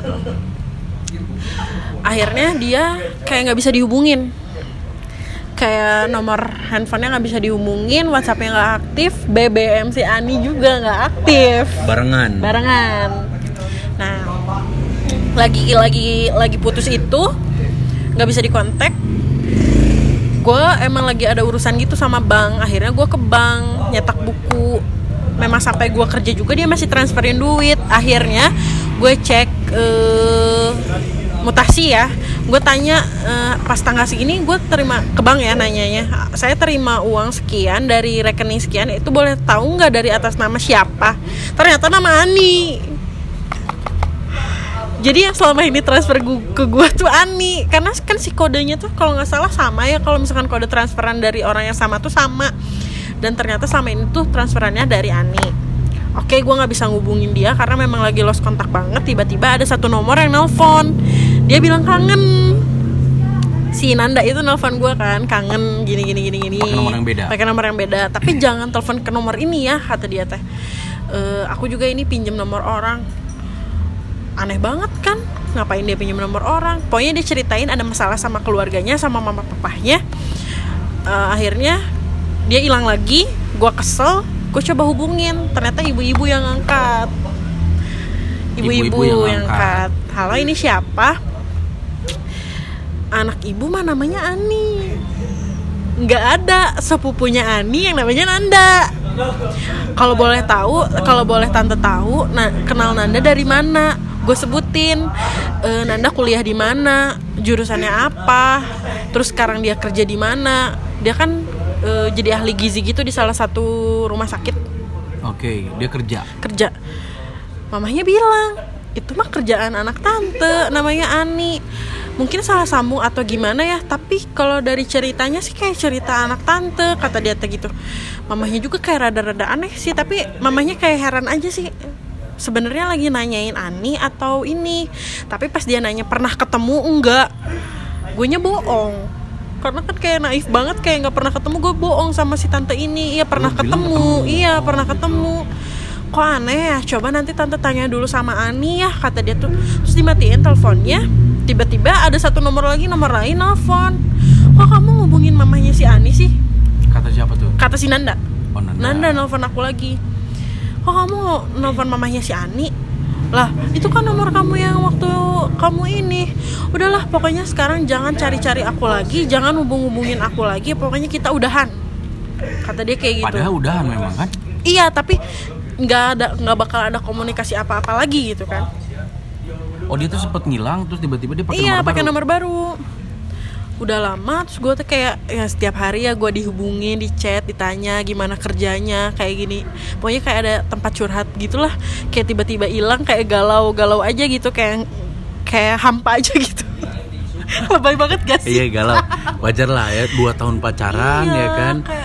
Akhirnya dia kayak nggak bisa dihubungin. Kayak nomor handphonenya nggak bisa dihubungin, WhatsAppnya nggak aktif, B B M si Ani juga nggak aktif. Barengan. Barengan. Nah, lagi lagi lagi putus itu nggak bisa dikontak. Gue emang lagi ada urusan gitu sama bank. Akhirnya gue ke bank nyetak buku. Memang sampai gue kerja juga dia masih transferin duit. Akhirnya gue cek uh, mutasi ya. Gue tanya uh, pas tanggal segini gue terima ke bank ya nanyanya. Saya terima uang sekian dari rekening sekian. Itu boleh tahu nggak dari atas nama siapa? Ternyata nama Ani. Jadi yang selama ini transfer gu- ke gue tuh Ani. Karena kan si kodenya tuh kalau gak salah sama ya. Kalau misalkan kode transferan dari orang yang sama tuh sama. Dan ternyata selama ini tuh transferannya dari Ani. Oke, gue gak bisa ngubungin dia karena memang lagi lost kontak banget. Tiba-tiba ada satu nomor yang nelpon. Dia bilang kangen. Si Nanda itu nelpon gue kan, kangen gini gini gini gini. Pakai nomor yang beda. Pakai nomor yang beda. Tapi jangan telepon ke nomor ini ya, kata dia teh. E, aku juga ini pinjam nomor orang. Aneh banget kan, ngapain dia pinjam nomor orang? Pokoknya dia ceritain ada masalah sama keluarganya, sama mama papahnya. uh, Akhirnya dia hilang lagi. Gue kesel, gue coba hubungin. Ternyata ibu-ibu yang angkat. Ibu-ibu, ibu-ibu yang, yang angkat. Halo, ini siapa? Anak ibu mah namanya Ani. Nggak ada sepupunya Ani yang namanya Nanda. Kalau boleh tahu, kalau boleh tante tahu, nah kenal Nanda dari mana? Gue sebutin, e, Nanda kuliah di mana, jurusannya apa, terus sekarang dia kerja di mana. Dia kan e, jadi ahli gizi gitu di salah satu rumah sakit. Oke, dia kerja. Kerja. Mamahnya bilang, itu mah kerjaan anak tante, namanya Ani. Mungkin salah sambung atau gimana ya, tapi kalau dari ceritanya sih kayak cerita anak tante, kata dia gitu. Mamahnya juga kayak rada-rada aneh sih, tapi mamahnya kayak heran aja sih. Sebenarnya lagi nanyain Ani atau ini. Tapi pas dia nanya pernah ketemu enggak, guenya bohong. Karena kan kayak naif banget, kayak nggak pernah ketemu. Gue bohong sama si tante ini. Iya pernah ketemu. ketemu Iya pernah ketemu. Kok aneh ya, coba nanti tante tanya dulu sama Ani ya, kata dia tuh. Terus dimatiin teleponnya. Tiba-tiba ada satu nomor lagi, nomor lain nelfon. Kok kamu ngubungin mamanya si Ani sih? Kata siapa tuh? Kata si Nanda. Oh, Nanda. Nanda nelfon aku lagi. Kok kamu nelfon mamanya si Ani? Lah, itu kan nomor kamu yang waktu kamu ini. Udahlah, pokoknya sekarang jangan cari-cari aku lagi, jangan hubung-hubungin aku lagi. Pokoknya kita udahan. Kata dia kayak gitu. Padahal udahan memang kan? Iya, tapi nggak ada, nggak bakal ada komunikasi apa-apa lagi gitu kan? Oh, dia tuh sempet ngilang, terus tiba-tiba dia pakai iya, nomor baru. Iya, pakai nomor baru. Udah lama, terus gue tuh kayak ya setiap hari ya gue dihubungin, di chat, ditanya gimana kerjanya, kayak gini. Pokoknya kayak ada tempat curhat gitulah. Kayak tiba-tiba hilang, kayak galau-galau aja gitu, kayak kayak hampa aja gitu. Lebay banget gak sih? Iya, galau. Wajar lah ya, dua tahun pacaran iya, ya kan. Kayak kayak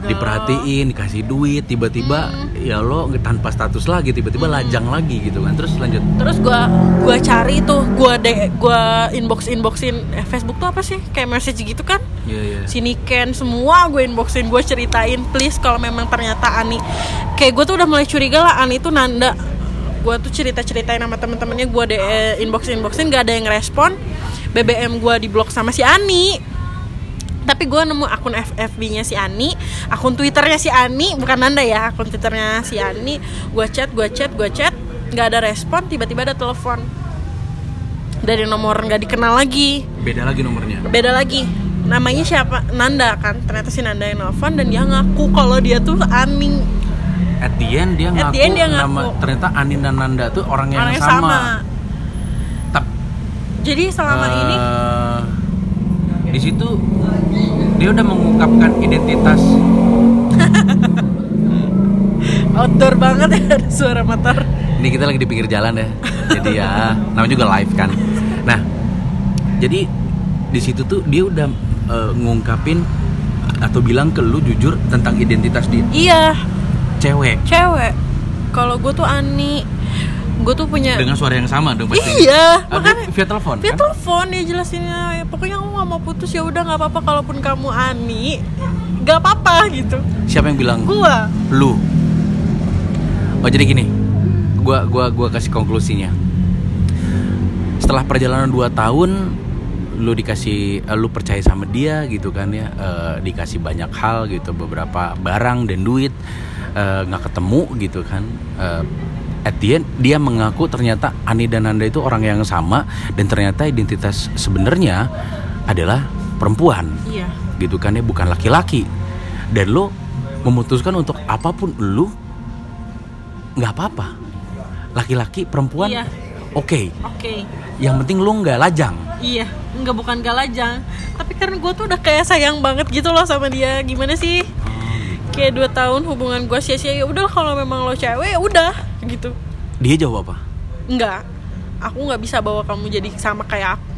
diperhatiin, dikasih duit, tiba-tiba hmm. ya lo tanpa status lagi, tiba-tiba hmm. lajang lagi gitu kan. Terus lanjut. Terus gue gue cari tuh, gue de gue inbox inboxin eh, Facebook tuh apa sih, kayak message gitu kan. Yeah, yeah. Sini Ken semua gue inboxin, gue ceritain please kalau memang ternyata Ani, kayak gue tuh udah mulai curiga lah Ani tuh nanda. Gue tuh cerita-ceritain sama temen-temennya, gue de inbox-inboxin gak ada yang respon. B B M gue diblok sama si Ani. Tapi gue nemu akun F B-nya si Ani, akun Twitternya si Ani, bukan Nanda ya, akun Twitternya si Ani. Gue chat, gue chat, gue chat, gak ada respon. Tiba-tiba ada telepon dari nomor gak dikenal lagi. Beda lagi nomornya? Beda lagi. Namanya siapa? Nanda kan. Ternyata si Nanda yang nelfon dan dia ngaku kalau dia tuh Ani. At the end dia ngaku, end dia ngaku nama ternyata Ani dan Nanda tuh orang yang orang sama. sama. Tap, Jadi selama uh, ini di situ dia udah mengungkapkan identitas. Outdoor banget ya, ada suara motor. Ini kita lagi di pinggir jalan ya. Jadi ya namanya juga live kan. Nah, jadi di situ tuh dia udah uh, ngungkapin atau bilang ke lu jujur tentang identitas dia. Iya. Cewek. Cewek. Kalau gue tuh Ani, gue tuh punya dengan suara yang sama dong pasti. Iya. Ah, makanya via telepon. Via kan? telepon dia jelasinnya. Ya, pokoknya aku nggak mau putus, ya udah nggak apa-apa kalaupun kamu Ani, nggak apa-apa gitu. Siapa yang bilang? Gua. Lu. Oh jadi gini, gua gua gua kasih konklusinya. Setelah perjalanan dua tahun, lu dikasih, uh, lu percaya sama dia gitu kan ya, uh, dikasih banyak hal gitu, beberapa barang dan duit. Nggak uh, ketemu gitu kan, uh, at the end dia mengaku ternyata Ani dan Nanda itu orang yang sama dan ternyata identitas sebenarnya adalah perempuan. Iya. Gitu kan ya, bukan laki-laki. Dan lo memutuskan untuk apapun lu nggak apa-apa, laki-laki perempuan. Iya. Oke. Okay. Oke. Okay. Yang penting lo nggak lajang. Iya, nggak, bukan nggak lajang, tapi karena gue tuh udah kayak sayang banget gitu loh sama dia. Gimana sih? Kayak dua tahun hubungan gue sia-sia. Ya udah kalau memang lo cewek ya udah gitu. Dia jawab apa? Enggak, aku nggak bisa bawa kamu jadi sama kayak aku.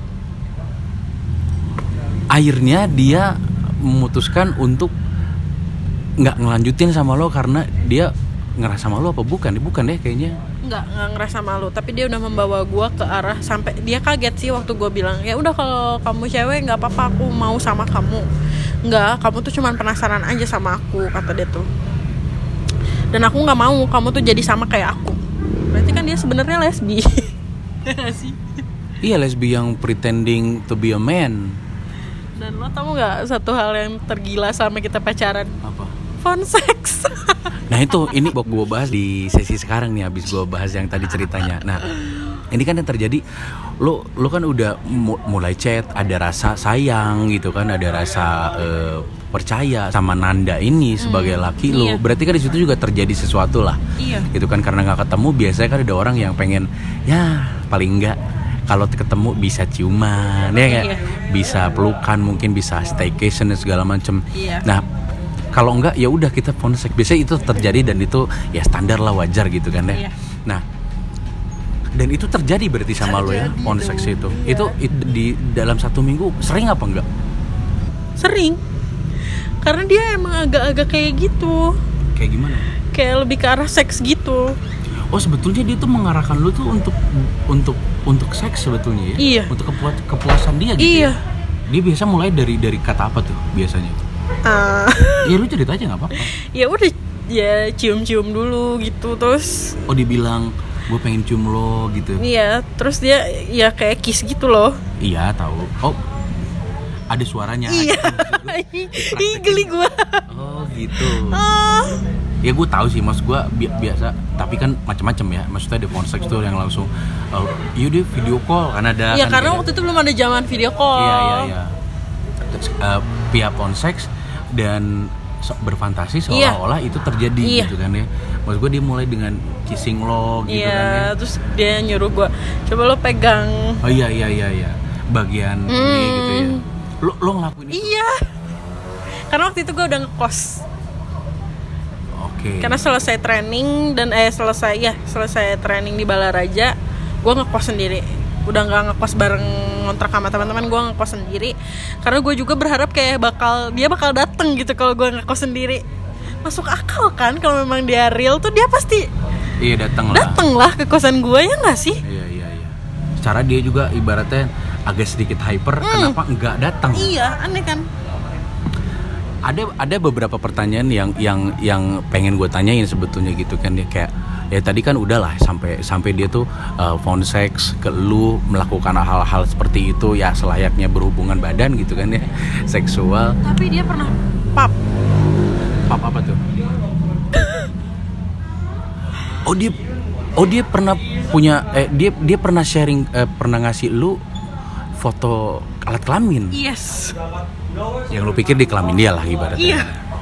Akhirnya dia memutuskan untuk nggak ngelanjutin sama lo karena dia ngerasa sama lo apa bukan? Bukan deh kayaknya. Enggak, nggak ngerasa malu, tapi dia udah membawa gue ke arah sampai dia kaget sih waktu gue bilang ya udah kalau kamu cewek nggak apa-apa, aku mau sama kamu. Enggak, kamu tuh cuma penasaran aja sama aku, kata dia tuh. Dan aku nggak mau kamu tuh jadi sama kayak aku. Berarti kan dia sebenarnya lesbi. sih. Iya, lesbi yang pretending to be a man. Dan lo tau nggak satu hal yang tergila sama kita pacaran? Apa? Phone sex. Nah itu, ini gue bahas di sesi sekarang nih, habis gue bahas yang tadi ceritanya. Nah ini kan yang terjadi, lo lo kan udah mulai chat, ada rasa sayang gitu kan, ada rasa uh, percaya sama Nanda ini sebagai hmm, laki lo. Iya. Berarti kan di situ juga terjadi sesuatu lah. Iya. Gitu kan, karena nggak ketemu biasanya kan ada orang yang pengen ya paling enggak kalau ketemu bisa ciuman, ya kayak iya. bisa pelukan, mungkin bisa staycation dan segala macem. Iya. Nah kalau enggak ya udah kita phone sex. Biasanya itu terjadi dan itu ya standar lah, wajar gitu kan ya. Iya. Nah dan itu terjadi berarti sama terjadi lo ya phone sex itu. Iya. Itu, itu di dalam satu minggu sering apa enggak? Sering. Karena dia emang agak-agak kayak gitu. Kayak gimana? Kayak lebih ke arah seks gitu. Oh sebetulnya dia tuh mengarahkan lu tuh untuk untuk untuk seks sebetulnya ya? Iya. Untuk kepuas, kepuasan dia gitu. Iya. Ya? Dia biasa mulai dari dari kata apa tuh biasanya? Uh. Ya lu cerita aja nggak apa-apa. Ya udah, ya cium-cium dulu gitu terus. Oh dibilang gue pengen cium lo gitu. Iya, terus dia ya kayak kiss gitu loh. Iya tahu. Oh ada suaranya. Iya. Ih geli gue. Oh gitu. Oh. Ya gue tahu sih, maksud gue bi- biasa, tapi kan macam-macam ya. Maksudnya di phone sex tuh yang langsung, uh, yaudah video call kan ada. Iya kan, karena waktu itu belum ada zaman video call. Iya iya iya. Uh, via phone sex dan so, berfantasi seolah-olah iya. itu terjadi iya. gitu kan ya. Maksud gue dia mulai dengan kissing lo gitu iya, kan ya. Iya, terus dia nyuruh gue coba lo pegang. Oh iya iya iya iya. Bagian mm. ini gitu ya. Lo lo ngelakuin itu? Iya. Karena waktu itu gue udah ngekos. Oke. Okay. Karena selesai training dan eh selesai ya selesai training di Balaraja, gue ngekos sendiri. Udah nggak ngekos bareng ngontrak sama teman-teman, gue ngekos sendiri. Karena gue juga berharap kayak bakal dia bakal dateng gitu kalau gue ngekos sendiri. Masuk akal kan kalau memang dia real tuh dia pasti iya datang lah. Dateng lah ke kosan gue, ya nggak sih? Iya iya iya. Secara dia juga ibaratnya agak sedikit hyper, hmm. kenapa enggak datang? Iya, aneh kan. Ada ada beberapa pertanyaan yang yang yang pengen gue tanyain sebetulnya gitu kan, dia kayak ya tadi kan udahlah sampai sampai dia tuh uh, phone sex ke lu, melakukan hal-hal seperti itu ya selayaknya berhubungan badan gitu kan ya, seksual. Tapi dia pernah pap. Pap apa tuh? oh dia oh dia pernah punya eh dia dia pernah sharing eh, pernah ngasih lu foto alat kelamin. Yes. Yang lu pikir di kelamin dia lah ibaratnya. Iya.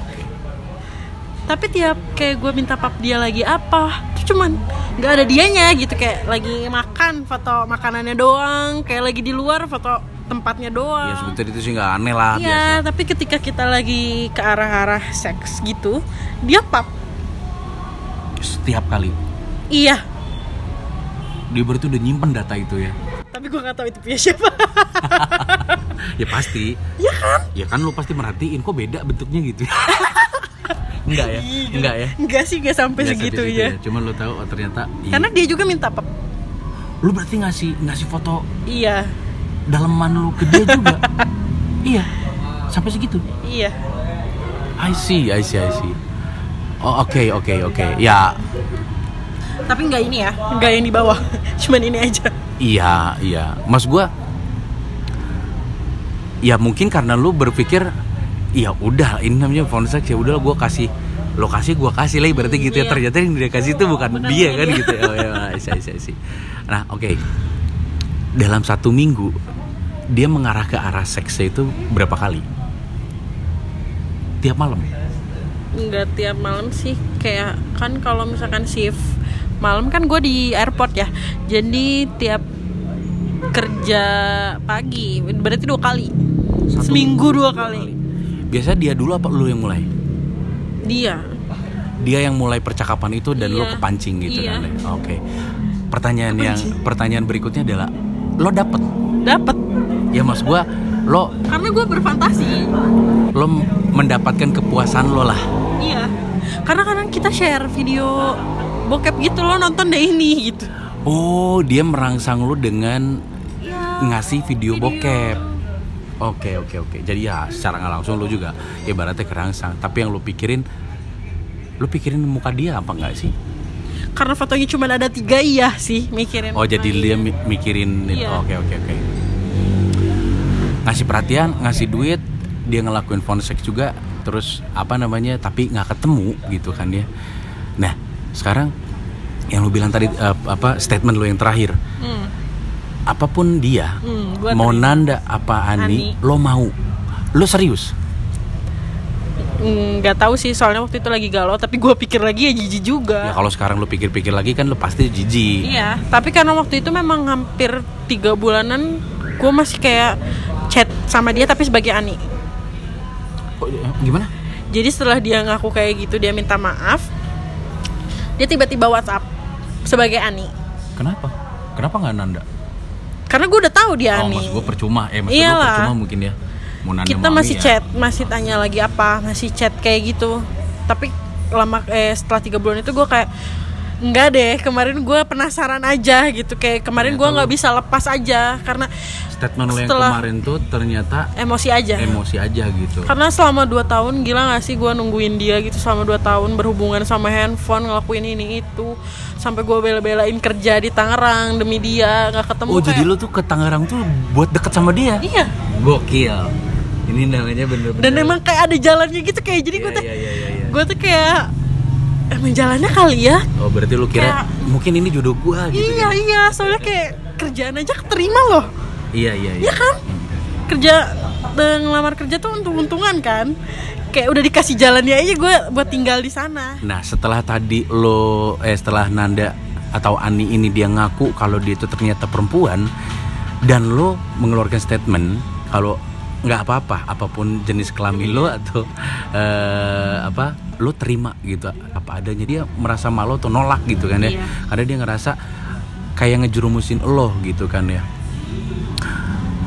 Tapi tiap kayak gue minta pap dia lagi apa, tuh cuman nggak ada dianya gitu, kayak lagi makan foto makanannya doang, kayak lagi di luar foto tempatnya doang. Ya sebetulnya itu sih nggak aneh lah. Iya, biasa. Tapi ketika kita lagi ke arah-arah seks gitu, dia pap. Setiap kali. Iya. Dia berarti udah nyimpen data itu ya. Tapi gue nggak tahu itu punya siapa. Ya pasti. Ya kan? Ya kan lu pasti merhatiin kok beda bentuknya gitu. Enggak ya? Enggak ya? Enggak sih, enggak sampai segitu ya. ya. Cuman lu tahu oh, ternyata. Karena iya. Dia juga minta pap. Lu berarti ngasih ngasih foto. Iya. Daleman lu ke dia juga. Iya. Sampai segitu. Iya. I see, I see, I see. Oh oke okay, oke okay, oke. Okay. Ya. Tapi nggak ini ya, nggak yang di bawah, cuman ini aja. Iya, iya. Mas gue, ya mungkin karena lu berpikir, ya udah ini namanya phone sex, ya udah gue kasih lokasi, gue kasih lah berarti gitu ya. Iya. Ternyata yang dia kasih itu bukan, bukan dia kan dia. Gitu. Oh ya, iya, iya, iya. Nah oke, okay. Dalam satu minggu dia mengarah ke arah seksnya itu berapa kali? Tiap malam? Enggak tiap malam sih, kayak kan kalau misalkan shift malam kan gue di airport ya, jadi tiap kerja pagi berarti dua kali. Satu seminggu dua kali. kali Biasa dia dulu apa lu yang mulai? Dia Dia yang mulai percakapan itu dan iya. Lo kepancing gitu iya. kan. Oke okay. Pertanyaan kepancing. yang Pertanyaan berikutnya adalah lo dapet? Dapet. Ya mas gue lo karena gue berfantasi. Lo mendapatkan kepuasan lo lah. Iya. Karena kadang kita share video bokep gitu, lo nonton deh ini gitu. Oh, dia merangsang lo dengan ya, ngasih video, video bokep. Oke, oke, oke. Jadi ya secara nggak langsung lo juga ibaratnya kerangsang. Tapi yang lo pikirin, lo pikirin muka dia apa nggak sih? Karena fotonya cuma ada tiga, iya sih mikirin. Oh, jadi dia mikirin. Iya. Oke, oke, oke. Ngasih perhatian, ngasih duit, dia ngelakuin phone sex juga. Terus apa namanya? Tapi nggak ketemu gitu kan dia. Nah. Sekarang yang lu bilang tadi uh, apa statement lu yang terakhir, hmm. apapun dia, hmm, mau terima. Nanda apa Ani, Ani, lo mau, lo serius? Nggak tahu sih, soalnya waktu itu lagi galau, tapi gue pikir lagi ya jijik juga. Ya kalau sekarang lu pikir-pikir lagi kan lu pasti jijik. Iya, tapi karena waktu itu memang hampir tiga bulanan, gue masih kayak chat sama dia tapi sebagai Ani. Oh, gimana? Jadi setelah dia ngaku kayak gitu, dia minta maaf. Dia tiba-tiba WhatsApp sebagai Ani. Kenapa? Kenapa nggak Nanda? Karena gue udah tahu dia oh, Ani. Oh, mas gue percuma. Eh, mas gue percuma mungkin ya. Mau Nanda kita masih ya. chat, masih tanya lagi apa, masih chat kayak gitu. Tapi lama eh setelah tiga bulan itu gue kayak enggak deh. Kemarin gue penasaran aja gitu. Kayak kemarin gue nggak bisa lepas aja karena statement lo yang kemarin tuh ternyata emosi aja. Emosi aja gitu. Karena selama dua tahun gila nggak sih gue nungguin dia gitu selama dua tahun berhubungan sama handphone, ngelakuin ini itu, sampai gue bela-belain kerja di Tangerang demi dia, nggak ketemu. Oh kayak... jadi lo tuh ke Tangerang tuh buat deket sama dia? Iya. Gokil. Ini namanya bener-bener. Dan emang kayak ada jalannya gitu kayak jadi gue tuh, yeah, yeah, yeah, yeah. gue tuh kayak emang jalannya kali ya. Oh berarti lu kira kayak, mungkin ini jodoh gue gitu? Iya kan? Iya, soalnya kayak kerjaan aja keterima loh. Iya iya iya. Iya kan? Kerja dan ngelamar kerja tuh untung-untungan kan. Kayak udah dikasih jalannya aja gue buat tinggal di sana. Nah, setelah tadi lo eh setelah Nanda atau Ani ini dia ngaku kalau dia itu ternyata perempuan dan lo mengeluarkan statement kalau nggak apa-apa apapun jenis kelamin lo atau uh, apa lo terima gitu apa adanya, dia merasa malu atau nolak gitu kan ya. Iya. Karena dia ngerasa kayak ngejerumusin lo gitu kan ya.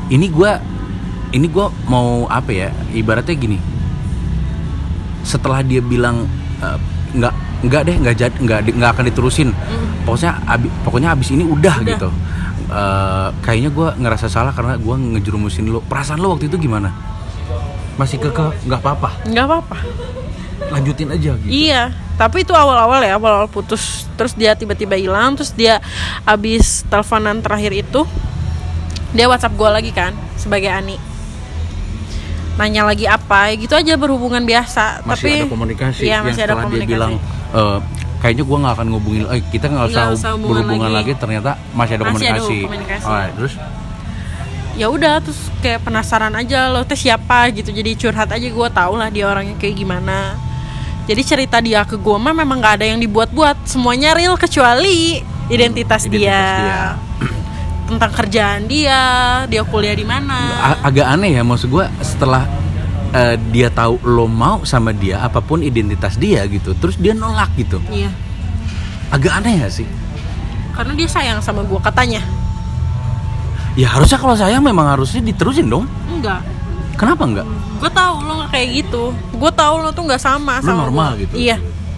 ini gue ini gue mau apa ya, ibaratnya gini, setelah dia bilang uh, nggak nggak deh nggak jadi nggak nggak akan diterusin, mm. pokoknya abi, pokoknya abis ini udah, udah. gitu. Uh, kayaknya gue ngerasa salah karena gue ngejerumusin lo. Perasaan lo waktu itu gimana? Masih keke nggak apa-apa? Nggak apa-apa. Lanjutin aja gitu. Iya, tapi itu awal-awal ya, awal-awal putus. Terus dia tiba-tiba hilang, terus dia abis teleponan terakhir itu dia WhatsApp gue lagi kan sebagai Ani. Nanya lagi apa, gitu aja, berhubungan biasa. Masih tapi ada komunikasi. Iya, yang masih setelah ada komunikasi. Dia bilang e, kayaknya gue nggak akan ngubungin, eh kita nggak usah, usah berhubungan lagi. lagi. Ternyata masih ada masih komunikasi. Ada komunikasi. Alright, terus? Ya udah, terus kayak penasaran aja, lo teh siapa gitu. Jadi curhat aja, gue tau lah dia orangnya kayak gimana. Jadi cerita dia ke gue mah memang nggak ada yang dibuat-buat, semuanya real kecuali identitas, identitas dia. dia. Tentang kerjaan dia, dia kuliah di mana. Agak aneh ya, maksud gue setelah uh, dia tahu lo mau sama dia, apapun identitas dia gitu, terus dia nolak gitu. Iya. Agak aneh ya sih. Karena dia sayang sama gue katanya. Ya harusnya kalau sayang memang harusnya diterusin dong. Enggak. Kenapa enggak? Gue tahu lo nggak kayak gitu. Gue tahu lo tuh nggak sama lo sama normal gua. Gitu. Iya.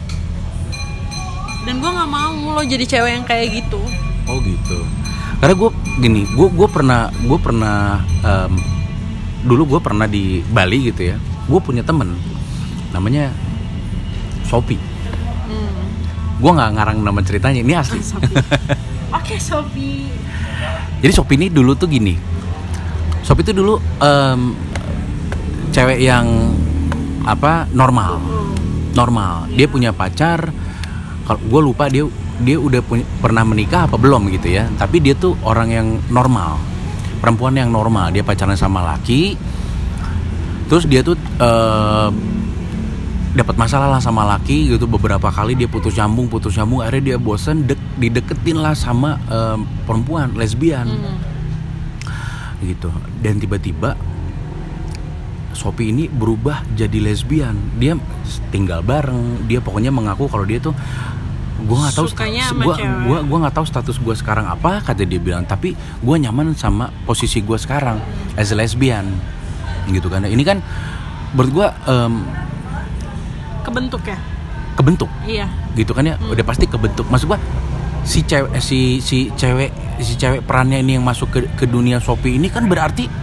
Dan gue nggak mau lo jadi cewek yang kayak gitu. Oh gitu. Karena gue gini, gue gue pernah gue pernah um, dulu gue pernah di Bali gitu ya. Gue punya temen namanya Sophie. Hmm. Gue nggak ngarang nama ceritanya, ini asli. Oh, Sophie. Oke, Sophie. Jadi Sophie ini dulu tuh gini. Sophie itu dulu um, cewek yang apa normal, normal. Dia punya pacar. Kalau gue lupa dia dia udah punya, pernah menikah apa belum gitu ya. Tapi dia tuh orang yang normal, perempuan yang normal. Dia pacaran sama laki. Terus dia tuh uh, dapat masalah lah sama laki gitu. Beberapa kali dia putus nyambung, putus nyambung. Akhirnya dia bosan, dek, dideketin lah sama uh, perempuan lesbian. Hmm. Gitu. Dan tiba-tiba Sophie ini berubah jadi lesbian. Dia tinggal bareng. Dia pokoknya mengaku kalau dia tuh, gue nggak tahu, gue gue gue nggak tahu status gue sekarang apa, kata dia bilang. Tapi gue nyaman sama posisi gue sekarang as a lesbian, gitu kan. Ini kan menurut gue um, kebentuk ya. Kebentuk. Iya. Gitu kan ya. Hmm. Udah pasti kebentuk. Maksud gue si cewek si si cewek si cewek perannya ini yang masuk ke ke dunia Sophie ini kan berarti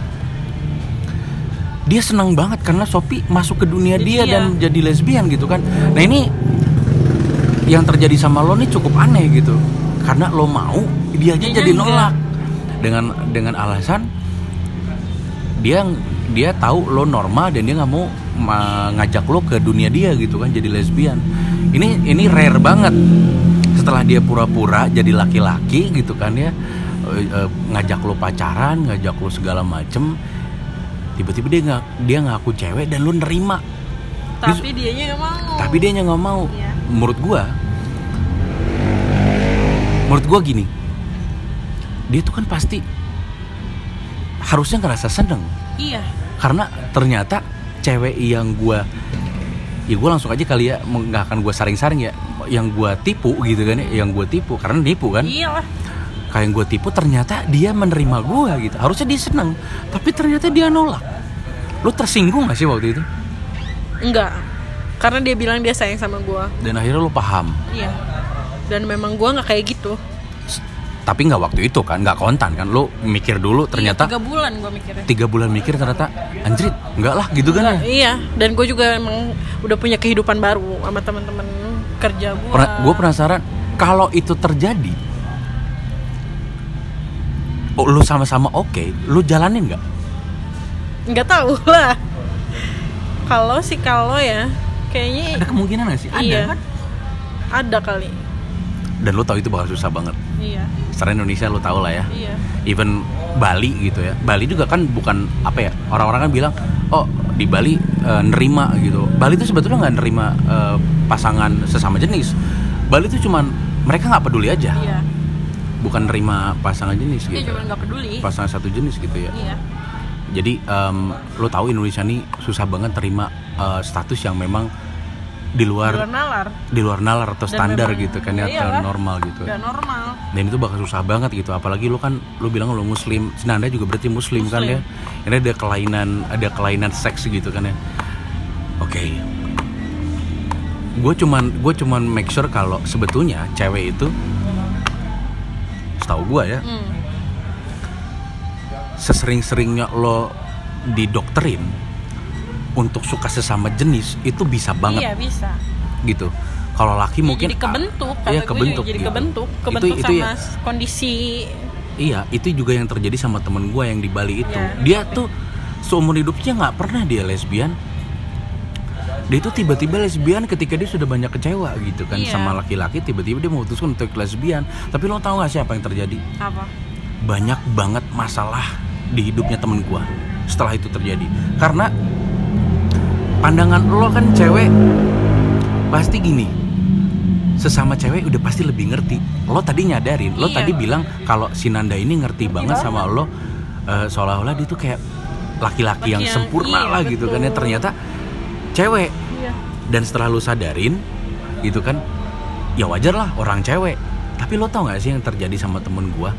dia senang banget karena Sophie masuk ke dunia jadi dia iya. Dan jadi lesbian gitu kan. Nah ini yang terjadi sama lo nih cukup aneh gitu. Karena lo mau, dia aja jadi nolak. Dengan dengan alasan dia dia tahu lo normal dan dia nggak mau ma- ngajak lo ke dunia dia gitu kan, jadi lesbian. Ini ini rare banget. Setelah dia pura-pura jadi laki-laki gitu kan ya, e, e, ngajak lo pacaran, ngajak lo segala macem. Tiba-tiba dia nggak dia ngaku cewek dan lu nerima. Tapi dia nya nggak mau. Tapi dia nya nggak mau. Iya. Menurut gua, menurut gua gini, dia tuh kan pasti harusnya ngerasa seneng. Iya. Karena ternyata cewek yang gua, ya gua langsung aja kali ya, nggak akan gua saring-saring ya, yang gua tipu gitu kan ya, yang gua tipu karena nipu kan. Iya lah. Kayak yang gue tipu ternyata dia menerima gue gitu. Harusnya dia seneng, tapi ternyata dia nolak. Lu tersinggung gak sih waktu itu? Enggak, karena dia bilang dia sayang sama gue. Dan akhirnya lu paham. Iya. Dan memang gue gak kayak gitu. Tapi gak waktu itu kan, gak kontan kan. Lu mikir dulu ternyata. Iya, tiga bulan gue mikirnya. Tiga bulan mikir ternyata anjrit, enggak lah gitu enggak, kan. Iya, dan gue juga emang udah punya kehidupan baru sama teman-teman kerja gue. Pernah, gue penasaran kalau itu terjadi, oh, lu sama-sama oke, okay, lu jalanin nggak? Nggak tahu lah. Kalau sih kalau ya, kayaknya ada kemungkinan nggak sih? Ada iya, kan? Ada kali. Dan lu tahu itu bakal susah banget. Iya. Secara Indonesia lu tahu lah ya. Iya. Even Bali gitu ya. Bali juga kan bukan apa ya? Orang-orang kan bilang, oh di Bali e, nerima gitu. Bali itu sebetulnya nggak nerima e, pasangan sesama jenis. Bali itu cuman mereka nggak peduli aja. Iya. Bukan nerima pasangan jenis gitu. Iya, cuma nggak peduli. Pasangan satu jenis gitu ya. Iya. Jadi um, lo tahu Indonesia nih susah banget terima uh, status yang memang di luar di luar nalar, di luar nalar atau Dan standar memang- gitu kan ya, iya atau lah. normal gitu. udah normal. Dan itu bakal susah banget gitu, apalagi lu kan lu bilang lu muslim, si Nanda juga berarti muslim, Muslim. kan ya. Ini ada kelainan ada kelainan seks gitu kan ya. Oke. Okay. Gue cuman gue cuman make sure kalau sebetulnya cewek itu, setahu gue ya, Hmm. sesering-seringnya lo didokterin untuk suka sesama jenis itu bisa banget. Iya bisa. Gitu. Kalau laki Ya, mungkin jadi kebentuk, ah, kata iya gue kebentuk jadi gitu. kebentuk, Itu- kebentuk itu sama ya- kondisi. Iya, itu juga yang terjadi sama temen gue yang di Bali itu. Ya. Dia tuh seumur hidupnya nggak pernah dia lesbian. Dia itu tiba-tiba lesbian ketika dia sudah banyak kecewa gitu kan Iya. sama laki-laki, tiba-tiba dia memutuskan untuk lesbian. Tapi lo tau gak sih apa yang terjadi? Apa? Banyak banget masalah di hidupnya temen gue setelah itu terjadi. Karena pandangan lo kan cewek pasti gini, sesama cewek udah pasti lebih ngerti. Lo tadi nyadarin, lo Iya. tadi bilang kalau si Nanda ini ngerti banget sama lo, uh, seolah-olah dia tuh kayak laki-laki yang Laki yang- sempurna iya, lah gitu kan ya. betul. Ternyata cewek. Iya. Dan setelah lo sadarin gitu kan, ya wajar lah orang cewek. Tapi lo tau gak sih yang terjadi sama temen gue?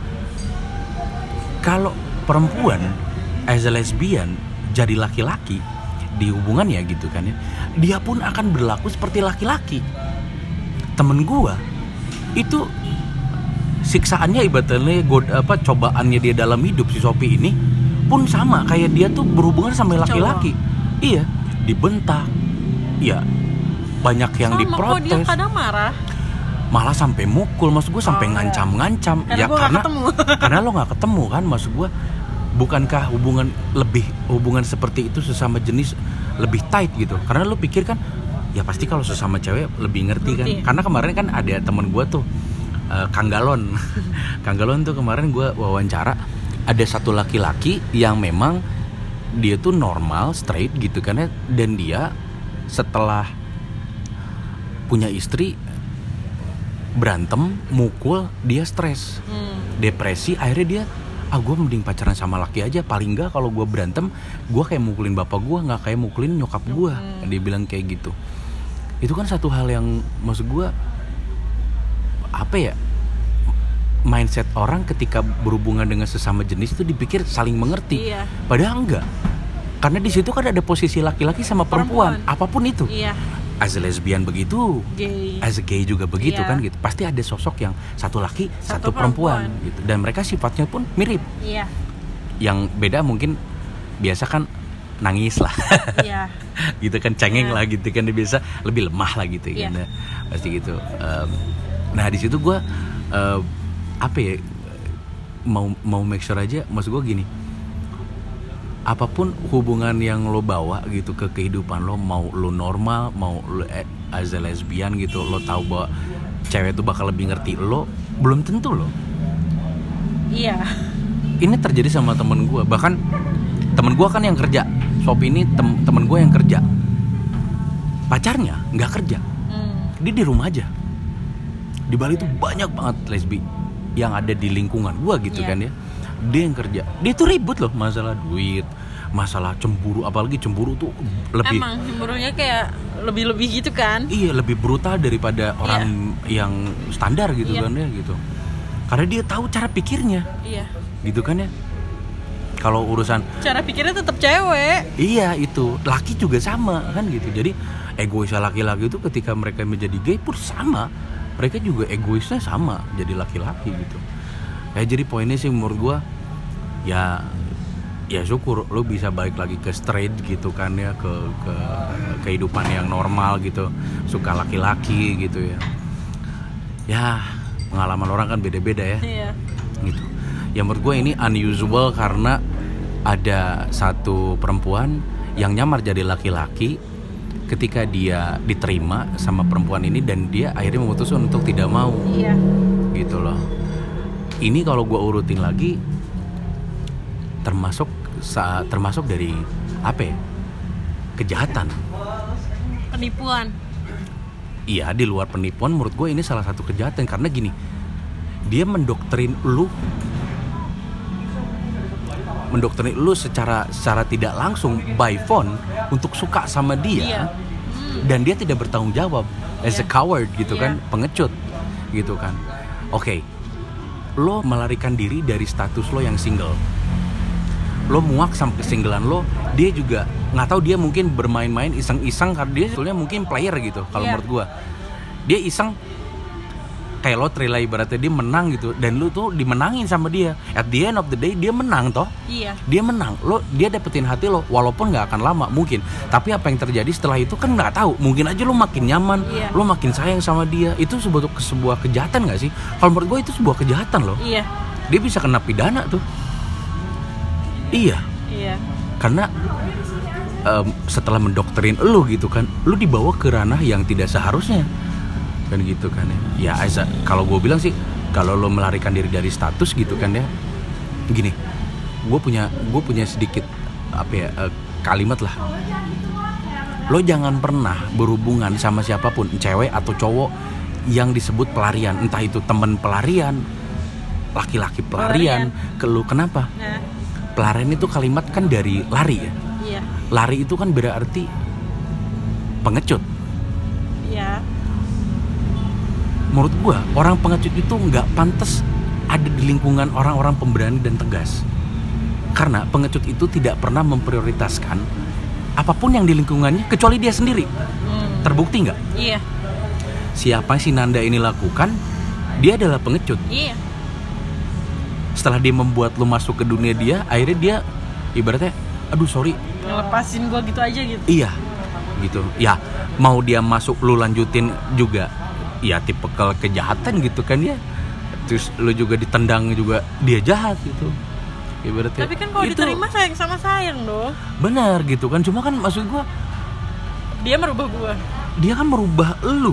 Kalau perempuan as a lesbian jadi laki-laki di hubungannya gitu kan ya, dia pun akan berlaku seperti laki-laki. Temen gue itu siksaannya ibaratnya god, apa cobaannya dia dalam hidup si Sophie ini pun sama kayak dia tuh berhubungan sama laki-laki. Iya, dibentak. Iya, banyak yang Sama kok dia diprotes. kadang marah. Malah sampai mukul, maksud gue sampai Oh, iya. ngancam-ngancam. Karena Ya gua nggak karena ketemu. karena lo nggak ketemu kan, maksud gue. Bukankah hubungan lebih hubungan seperti itu sesama jenis lebih tight gitu? Karena lo pikir kan, ya pasti kalau sesama cewek lebih ngerti kan. Ngerti. Karena kemarin kan ada temen gue tuh, uh, Kang Galon. Kang Galon tuh kemarin gue wawancara, ada satu laki-laki yang memang dia tuh normal, straight gitu kan ya. Dan dia setelah punya istri berantem, mukul, dia stres, Hmm. depresi. Akhirnya dia, ah gue mending pacaran sama laki aja. Paling nggak kalau gue berantem, gue kayak mukulin bapak gue, nggak kayak mukulin nyokap gue. Hmm. Dia bilang kayak gitu. Itu kan satu hal yang maksud gue, apa ya, mindset orang ketika berhubungan dengan sesama jenis itu dipikir saling mengerti. Iya. Padahal enggak. Karena di situ kan ada posisi laki-laki sama perempuan, Perempuan. apapun itu. Iya. As a lesbian begitu, Gay. as a gay juga begitu Iya. kan gitu. Pasti ada sosok yang satu laki, satu, Satu perempuan. perempuan. gitu. Dan mereka sifatnya pun mirip. Iya. Yang beda mungkin biasa kan nangis lah. Iya. gitu kan, cengeng Iya. lah gitu kan, dia biasa lebih lemah lah gitu Iya. kan. ya. Pasti gitu. Um, nah, di situ gue uh, apa ya, mau mau make sure aja, maksud gue gini. Apapun hubungan yang lo bawa gitu ke kehidupan lo, mau lo normal, mau lo as a lesbian gitu, lo tahu bahwa cewek itu bakal lebih ngerti lo, belum tentu lo. Iya. Ini terjadi sama temen gue, bahkan temen gue kan yang kerja, Sophie ini tem- temen gue yang kerja, pacarnya nggak kerja, Hmm. dia di rumah aja. Di Bali tuh banyak banget lesbi yang ada di lingkungan gue gitu Iya. kan ya. Dia yang kerja, dia tuh ribut loh masalah duit, masalah cemburu, apalagi cemburu tuh lebih, Emang cemburunya kayak lebih-lebih gitu kan? iya lebih brutal daripada orang yang standar gitu Iya. kan ya gitu. Karena dia tahu cara pikirnya, Iya. gitu kan ya. Kalau urusan, Cara pikirnya tetap cewek. iya itu, laki juga sama kan gitu. Jadi egoisnya laki-laki itu ketika mereka menjadi gay pun sama, mereka juga egoisnya sama jadi laki-laki gitu. Ya jadi poinnya sih menurut gua, ya ya syukur lo bisa balik lagi ke straight gitu kan ya, ke ke kehidupan yang normal gitu, suka laki-laki gitu ya. Ya pengalaman orang kan beda-beda ya. Iya. Gitu. Ya menurut gue ini unusual karena ada satu perempuan yang nyamar jadi laki-laki ketika dia diterima sama perempuan ini, dan dia akhirnya memutuskan untuk tidak mau. Iya. Gitu loh. Ini kalau gue urutin lagi termasuk saat termasuk dari apa ya? Kejahatan. Penipuan. Iya, di luar penipuan menurut gue ini salah satu kejahatan karena gini. Dia mendoktrin lu mendoktrin lu secara secara tidak langsung by phone untuk suka sama dia. Iya. dan dia tidak bertanggung jawab as a coward gitu Yeah. kan, pengecut gitu kan. Oke, okay. Lo melarikan diri dari status lo yang single, lo muak sama kesinggelan lo. Dia juga nggak tahu, dia mungkin bermain-main iseng-iseng karena dia sebetulnya mungkin player gitu kalau Yeah. menurut gua. Dia iseng kayak lotre lah ibaratnya, dia menang gitu, dan lu tuh dimenangin sama dia. At the end of the day dia menang toh. Iya. Dia menang, lo dia dapetin hati lo, walaupun nggak akan lama mungkin. Tapi apa yang terjadi setelah itu kan nggak tahu. Mungkin aja lo makin nyaman, Iya. lo makin sayang sama dia. Itu sebuah sebuah kejahatan nggak sih? Kalau menurut gue itu sebuah kejahatan loh. Iya. Dia bisa kena pidana tuh. Iya. Iya. Karena um, setelah mendoktrin lo gitu kan, lo dibawa ke ranah yang tidak seharusnya. Kan gitu kan ya. Ya kalau gue bilang sih, kalau lo melarikan diri dari status gitu kan ya, gini, gue punya gue punya sedikit apa ya uh, kalimat lah. Lo jangan pernah berhubungan sama siapapun, cewek atau cowok, yang disebut pelarian, entah itu temen pelarian, laki-laki pelarian, pelarian. Ke lo kenapa? Nah. Pelarian itu kalimat kan dari lari ya. Iya. Lari itu kan berarti pengecut. Iya. Menurut gue, orang pengecut itu nggak pantas ada di lingkungan orang-orang pemberani dan tegas. Karena pengecut itu tidak pernah memprioritaskan apapun yang di lingkungannya kecuali dia sendiri. Hmm. Terbukti nggak? Iya. Siapa si Nanda ini lakukan, dia adalah pengecut. Iya. Setelah dia membuat lu masuk ke dunia dia, akhirnya dia ibaratnya, aduh sorry, ngelepasin gue gitu aja gitu. Iya, gitu. Ya, mau dia masuk lu lanjutin juga. Ya tipe kejahatan gitu kan ya. Terus lu juga ditendang juga dia jahat gitu. Ibaratnya. Tapi kan kalau itu, diterima sayang sama sayang dong. Benar gitu kan. Cuma kan maksud gua, dia merubah gua. Dia kan merubah lu.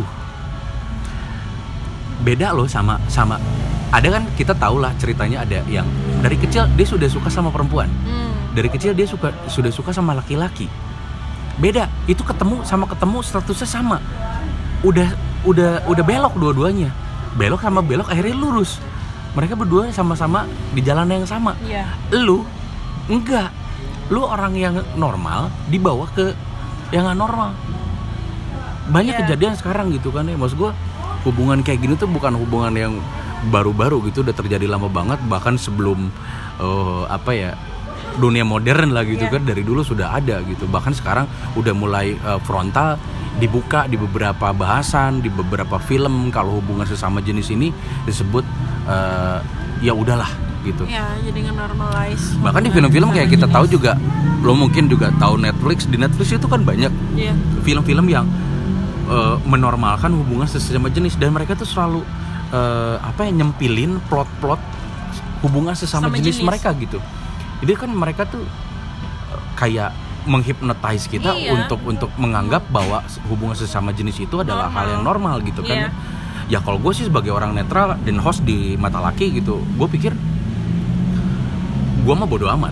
Beda loh sama sama ada kan, kita tahu lah ceritanya, ada yang dari kecil dia sudah suka sama perempuan. Hmm. Dari kecil dia suka sudah suka sama laki-laki. Beda, itu ketemu sama ketemu statusnya sama. Udah udah udah belok dua-duanya, belok sama belok akhirnya lurus. Mereka berdua sama-sama di jalan yang sama. Iya. Lu enggak, lu orang yang normal dibawa ke yang nggak normal. Banyak yeah. kejadian sekarang gitu kan ya. Maksud gue, hubungan kayak gini tuh bukan hubungan yang baru-baru gitu, udah terjadi lama banget, bahkan sebelum uh, apa ya dunia modern lah gitu yeah. kan, dari dulu sudah ada gitu. Bahkan sekarang udah mulai uh, frontal dibuka di beberapa bahasan, di beberapa film kalau hubungan sesama jenis ini disebut uh, ya udahlah gitu. Ya, jadi nge-normalize. Bahkan di film-film kayak kita tahu juga, lo mungkin juga tahu Netflix, di Netflix itu kan banyak yeah. film-film yang uh, menormalkan hubungan sesama jenis, dan mereka tuh selalu uh, apa ya nyempilin plot-plot hubungan sesama jenis, jenis mereka gitu. Jadi kan mereka tuh uh, kayak menghipnotis kita iya. untuk untuk menganggap bahwa hubungan sesama jenis itu adalah normal. Hal yang normal gitu kan. Iya. Ya kalau gue sih sebagai orang netral dan host di Mata Laki gitu, gue pikir gue mah bodo amat,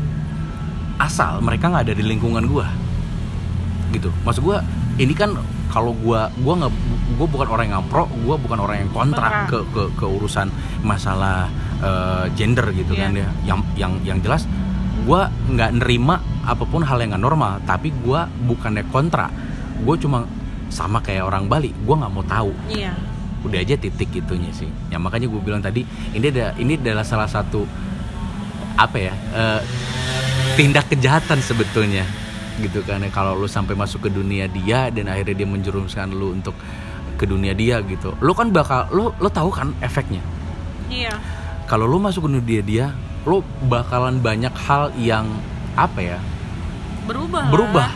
asal mereka nggak ada di lingkungan gue gitu. Maksud gue ini kan, kalau gue gue nggak gue bukan orang yang pro, gue bukan orang yang kontra ke ke ke urusan masalah uh, gender gitu iya. kan ya. Yang yang yang jelas gue nggak nerima apapun hal yang nggak normal, tapi gue bukannya kontra, gue cuma sama kayak orang Bali, gue nggak mau tahu. Iya. Udah aja titik itunya sih. Ya makanya gue bilang tadi, ini ada ini adalah salah satu apa ya uh, tindak kejahatan sebetulnya, gitu kan. Kalau lu sampai masuk ke dunia dia dan akhirnya dia menjerumuskan lu untuk ke dunia dia gitu, lu kan bakal lu lu tahu kan efeknya. Iya. Kalau lu masuk ke dunia dia, lu bakalan banyak hal yang apa ya? Berubah. Berubah.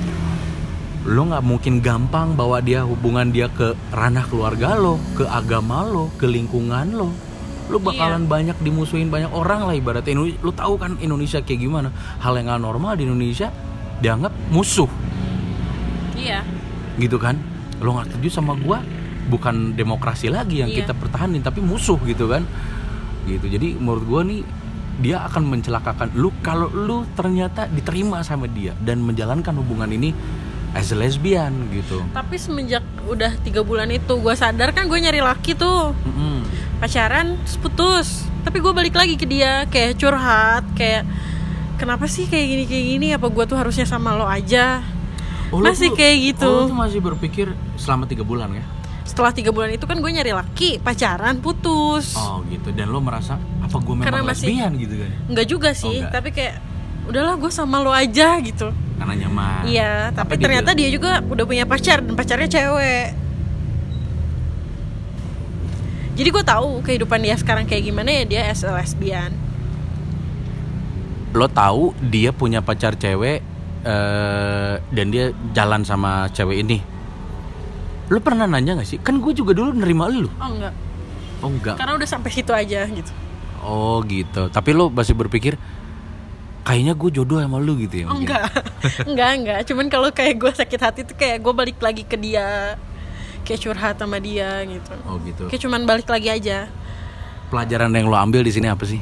Lo nggak mungkin gampang bawa dia hubungan dia ke ranah keluarga lo, ke agama lo, ke lingkungan lo. Lo bakalan iya. banyak dimusuhin banyak orang lah ibaratnya. Lo tahu kan Indonesia kayak gimana? Hal yang nggak normal di Indonesia dianggap musuh. Iya. Gitu kan? Lo nggak setuju sama gua, bukan demokrasi lagi yang iya. kita pertahanin, tapi musuh gitu kan? Gitu. Jadi menurut gua nih, dia akan mencelakakan lu kalau lu ternyata diterima sama dia dan menjalankan hubungan ini as a lesbian gitu. Tapi semenjak udah tiga bulan itu gue sadar kan, gue nyari laki tuh mm-hmm. pacaran putus, tapi gue balik lagi ke dia kayak curhat, kayak kenapa sih kayak gini kayak gini, apa gue tuh harusnya sama lo aja. Oh, masih tuh, kayak gitu. Oh, lu tuh masih berpikir selama tiga bulan ya? Setelah tiga bulan itu kan gue nyari laki, pacaran, putus. Oh gitu. Dan lo merasa apa gue memang Karena masih- lesbian gitu kan? Enggak juga Oh, sih, enggak. tapi kayak udahlah gue sama lo aja gitu. Karena nyaman. Iya, Apa tapi ternyata bilang? dia juga udah punya pacar dan pacarnya cewek. Jadi gue tahu kehidupan dia sekarang kayak gimana ya, dia as a lesbian. Lo tahu dia punya pacar cewek eh, dan dia jalan sama cewek ini. Lo pernah nanya gak sih? Kan gue juga dulu nerima lo. Oh enggak, Oh enggak. karena udah sampai situ aja gitu. Oh gitu. Tapi lo masih berpikir kayaknya gue jodoh sama lo gitu ya? Oh mungkin? enggak, enggak enggak. Cuman kalau kayak gue sakit hati tuh kayak gue balik lagi ke dia, kayak curhat sama dia gitu. Oh gitu. Kayak cuman balik lagi aja. Pelajaran yang lo ambil di sini apa sih?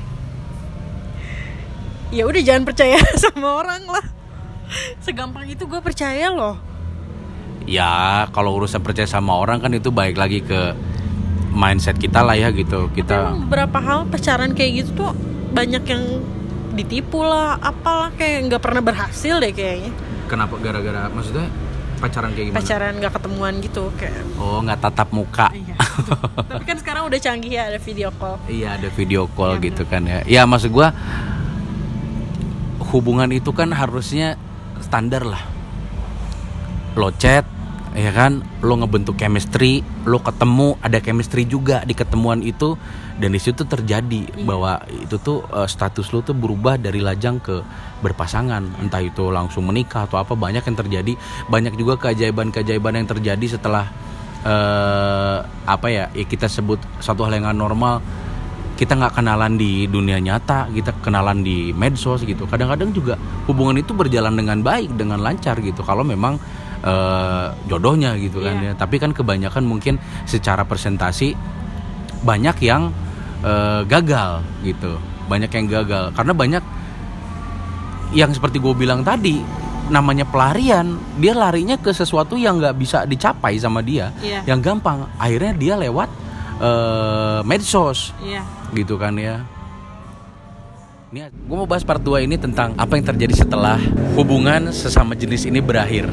Ya udah jangan percaya sama orang lah. Segampang itu gue percaya loh. Ya kalau urusan percaya sama orang kan itu balik lagi ke mindset kita lah ya gitu. Kita Emang beberapa hal pacaran kayak gitu tuh banyak yang ditipu lah, apalah, kayak nggak pernah berhasil deh kayaknya. kenapa gara-gara maksudnya pacaran kayak gimana? Pacaran nggak ketemuan gitu kayak. Oh nggak tatap muka. Iya. Tapi kan sekarang udah canggih ya, ada video call. Iya ada video call Iya, gitu kan ya. Ya maksud gue hubungan itu kan harusnya standar lah. Lo chat, ya kan, lo ngebentuk chemistry, lo ketemu, ada chemistry juga di ketemuan itu, dan di situ terjadi Iya. bahwa itu tuh uh, status lo tuh berubah dari lajang ke berpasangan, entah itu langsung menikah atau apa, banyak yang terjadi, banyak juga keajaiban-keajaiban yang terjadi setelah uh, apa ya, ya kita sebut satu hal yang gak normal. Kita nggak kenalan di dunia nyata, kita kenalan di medsos gitu. Kadang-kadang juga hubungan itu berjalan dengan baik, dengan lancar gitu. Kalau memang uh, jodohnya gitu kan Iya. ya. Tapi kan kebanyakan mungkin secara presentasi banyak yang uh, gagal gitu. Banyak yang gagal karena banyak yang seperti gue bilang tadi, namanya pelarian, dia larinya ke sesuatu yang nggak bisa dicapai sama dia, Iya. yang gampang. Akhirnya dia lewat uh, medsos. Iya. Gitu kan ya. Ini gue mau bahas part dua ini tentang apa yang terjadi setelah hubungan sesama jenis ini berakhir.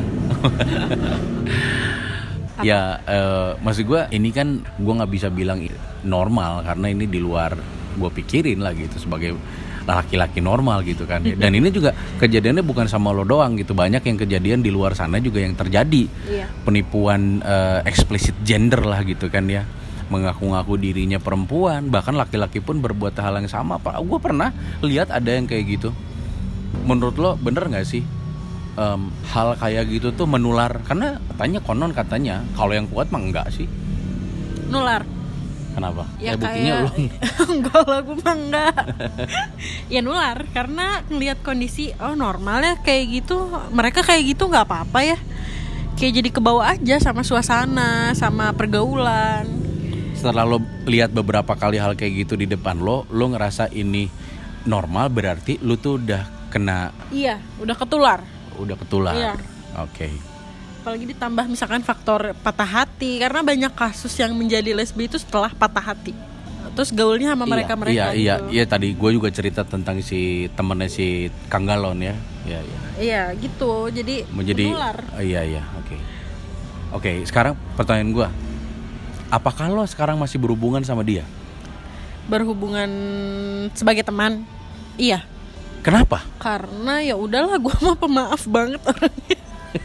Ya uh, maksud gue ini kan gue nggak bisa bilang normal karena ini di luar gue pikirin lah gitu sebagai laki-laki normal gitu kan ya. Dan ini juga kejadiannya bukan sama lo doang gitu, banyak yang kejadian di luar sana juga yang terjadi. Iya. Penipuan uh, explicit gender lah gitu kan ya, mengaku-ngaku dirinya perempuan, bahkan laki-laki pun berbuat hal yang sama. Pak, gue pernah lihat ada yang kayak gitu. Menurut lo bener nggak sih um, hal kayak gitu tuh menular? Karena katanya konon katanya kalau yang kuat mah enggak sih. Nular. Kenapa? Ya, buktinya kayak lo. enggak lah, gue mah enggak. Ya nular karena ngelihat kondisi, oh normal ya kayak gitu, mereka kayak gitu nggak apa-apa ya, kayak jadi kebawa aja sama suasana, sama pergaulan. Setelah lo lihat beberapa kali hal kayak gitu di depan lo, lo ngerasa ini normal, berarti lo tuh udah kena, Iya, udah ketular. udah ketular. Iya. Oke. Apalagi ditambah misalkan faktor patah hati, karena banyak kasus yang menjadi lesbi itu setelah patah hati. Terus gaulnya sama mereka-mereka Iya, iya, gitu. iya, tadi gue juga cerita tentang si temennya si Kang Galon ya. Iya, iya. Iya, gitu. Jadi Menjadi menular. oh, iya, iya, oke. Oke, sekarang pertanyaan gue. Apakah lo sekarang masih berhubungan sama dia? Berhubungan sebagai teman. Iya. Kenapa? Karena ya udahlah, gue mah pemaaf banget orangnya.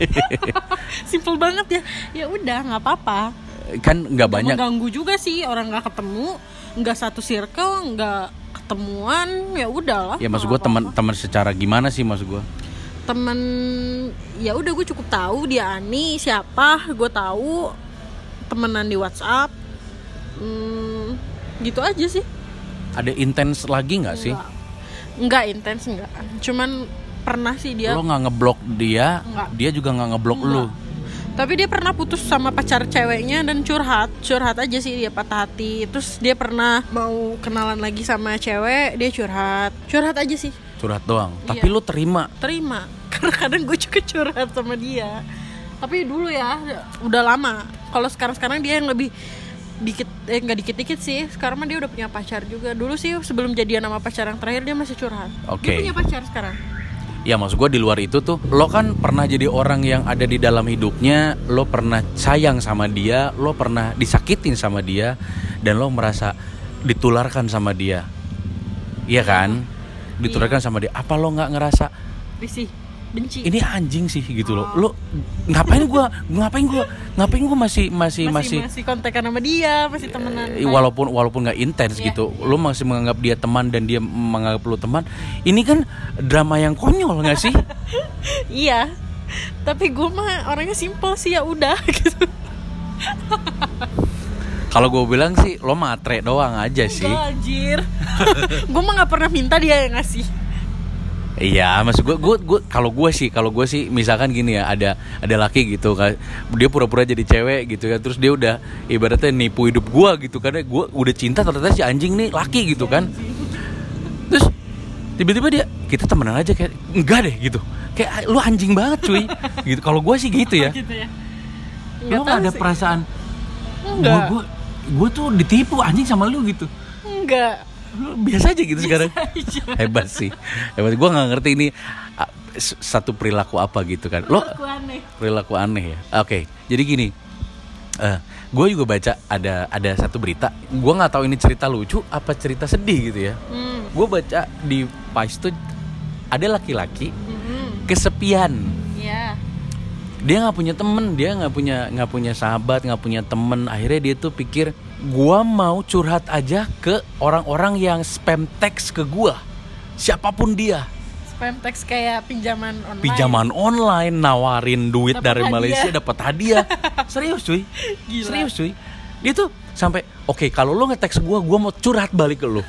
Simple banget ya. Ya udah, nggak apa-apa. Kan nggak banyak. Nggak mengganggu juga sih, orang nggak ketemu, nggak satu circle, nggak ketemuan, ya udahlah. Ya maksud gue nggak apa-apa. teman-teman secara gimana sih maksud gue? Temen, ya udah gue cukup tahu dia Ani siapa, gue tahu temenan di WhatsApp, hmm, gitu aja sih. Ada intens lagi nggak sih? Nggak, nggak intens nggak. Cuman pernah sih dia. Lo nggak ngeblok dia, Nggak. dia juga nggak ngeblok lo. Tapi dia pernah putus sama pacar ceweknya dan curhat, curhat aja sih, dia patah hati. Terus dia pernah mau kenalan lagi sama cewek, dia curhat, curhat aja sih. Curhat doang. Iya. Tapi lo terima. Terima, karena kadang gue juga curhat sama dia. Tapi dulu ya, udah lama. Kalau sekarang-sekarang dia yang lebih dikit, eh nggak dikit-dikit sih. Sekarang mah dia udah punya pacar juga. Dulu sih sebelum jadian sama pacar yang terakhir dia masih curhat. Oke. Dia punya pacar sekarang. Ya maksud gue di luar itu tuh, lo kan pernah jadi orang yang ada di dalam hidupnya, lo pernah sayang sama dia, lo pernah disakitin sama dia, dan lo merasa ditularkan sama dia. Iya kan? Ditularkan sama dia. Apa lo gak ngerasa risih, benci? Ini anjing sih gitu loh. Lo ngapain gue, ngapain gue, ngapain gue masih masih masih masih kontekan sama dia, masih temenan. Eh, walaupun walaupun nggak intens yeah. gitu, lo masih menganggap dia teman dan dia menganggap lo teman. Ini kan drama yang konyol nggak sih? Iya. Tapi gue mah orangnya simple sih, ya udah gitu. Kalau gue bilang sih lo matre doang aja sih. Enggak anjir. Gue mah nggak pernah minta dia yang ngasih. Iya, maksud gue, gue, gue kalau gue sih, kalau gue sih, misalkan gini ya, ada ada laki gitu kan, dia pura-pura jadi cewek gitu kan, terus dia udah ibaratnya nipu hidup gue gitu, karena gue udah cinta ternyata si anjing nih laki gitu kan, terus tiba-tiba dia kita temenan aja kayak enggak deh gitu, kayak lu anjing banget cuy, gitu. Kalau gue sih gitu ya, gitu ya. Lu nggak ada sih perasaan, gue gue gue tuh ditipu anjing sama lu gitu? Enggak. Biasa aja gitu. Biasa sekarang aja. Hebat sih, hebat. Gue nggak ngerti ini satu perilaku apa gitu kan. Lo perilaku aneh, perilaku aneh ya. Oke, okay, jadi gini, uh, gue juga baca ada ada satu berita. Gue nggak tahu ini cerita lucu apa cerita sedih gitu ya. Hmm. Gue baca di Vice tuh ada laki-laki hmm. kesepian. Yeah. Dia nggak punya temen, dia nggak punya nggak punya sahabat, nggak punya temen. Akhirnya dia tuh pikir, gua mau curhat aja ke orang-orang yang spam teks ke gua, siapapun dia. Spam teks kayak pinjaman online. Pinjaman online, nawarin duit dapet dari hadiah. Malaysia dapat hadiah. Serius cuy, gila. Serius cuy. Dia tuh sampai, oke okay, kalau lo nge-teks gua, gua mau curhat balik ke lo.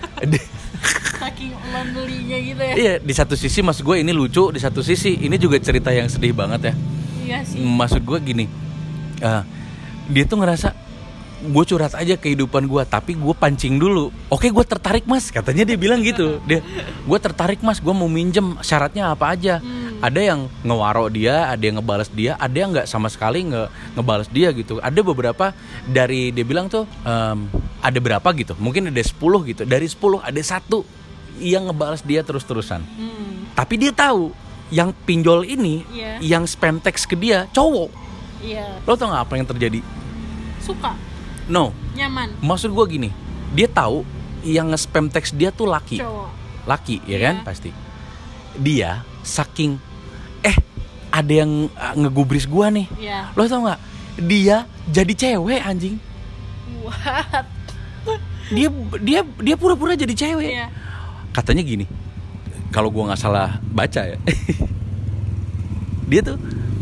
Saking lonely-nya gitu ya. Iya, di satu sisi maksud gue ini lucu, di satu sisi ini juga cerita yang sedih banget ya. Iya sih. Maksud gue gini, uh, dia tuh ngerasa gue curhat aja kehidupan gue, tapi gue pancing dulu. Oke, gue tertarik mas, katanya dia bilang gitu. Dia, gue tertarik mas, gue mau minjem. Syaratnya apa aja? Hmm. Ada yang ngewaro dia, ada yang ngebales dia, ada yang nggak sama sekali nge ngebales dia gitu. Ada beberapa dari dia bilang tuh um, ada berapa gitu? Mungkin ada sepuluh gitu. Dari sepuluh ada satu yang ngebales dia terus-terusan. Hmm. Tapi dia tahu yang pinjol ini, yeah. yang spam teks ke dia cowok. Iya. Lo tau nggak apa yang terjadi? Suka. No. Nyaman. Maksud gue gini, dia tahu yang nge-spam teks dia tuh laki. Cowok. Laki, ya yeah. kan? Pasti. Dia saking eh ada yang ngegubris gue nih. Yeah. Lo tau nggak? Dia jadi cewek anjing. What? Dia dia dia pura-pura jadi cewek. Yeah. Katanya gini, kalau gue nggak salah baca ya, dia tuh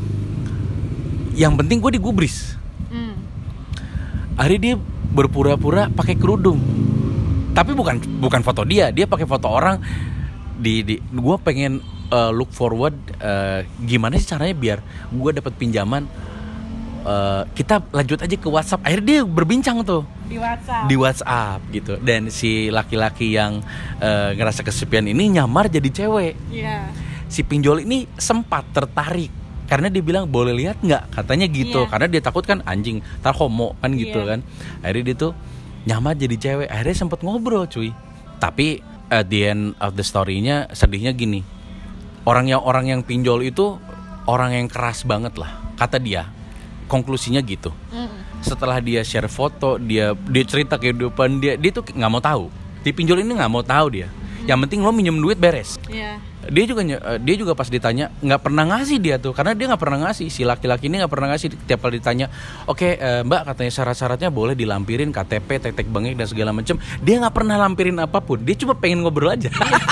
yang penting gue digubris. Mm. Akhirnya dia berpura-pura pakai kerudung, tapi bukan bukan foto dia, dia pakai foto orang. Di, di gue pengen uh, look forward, uh, gimana sih caranya biar gue dapat pinjaman. Uh, kita lanjut aja ke WhatsApp. Akhirnya dia berbincang tuh di WhatsApp. Di WhatsApp gitu. Dan si laki-laki yang uh, ngerasa kesepian ini nyamar jadi cewek. Yeah. Si pinjol ini sempat tertarik karena dia bilang boleh lihat nggak, katanya gitu. Yeah. Karena dia takut kan anjing, tar homo kan gitu yeah. kan. Akhirnya dia tuh nyamar jadi cewek. Akhirnya sempat ngobrol cuy. Tapi at the end of the story-nya sedihnya gini. Orang yang orang yang pinjol itu orang yang keras banget lah, kata dia. Konklusinya gitu. Mm. Setelah dia share foto, dia dia cerita kehidupan dia, dia tuh nggak mau tahu. Di pinjol ini nggak mau tahu dia. Mm. Yang penting lo minjem duit beres. Yeah. Dia juga dia juga pas ditanya nggak pernah ngasih dia tuh, karena dia nggak pernah ngasih. Si laki-laki ini nggak pernah ngasih. Tiap kali ditanya, oke okay, uh, mbak katanya syarat-syaratnya boleh dilampirin K T P, tetek bengek dan segala macam. Dia nggak pernah lampirin apapun. Dia cuma pengen ngobrol aja.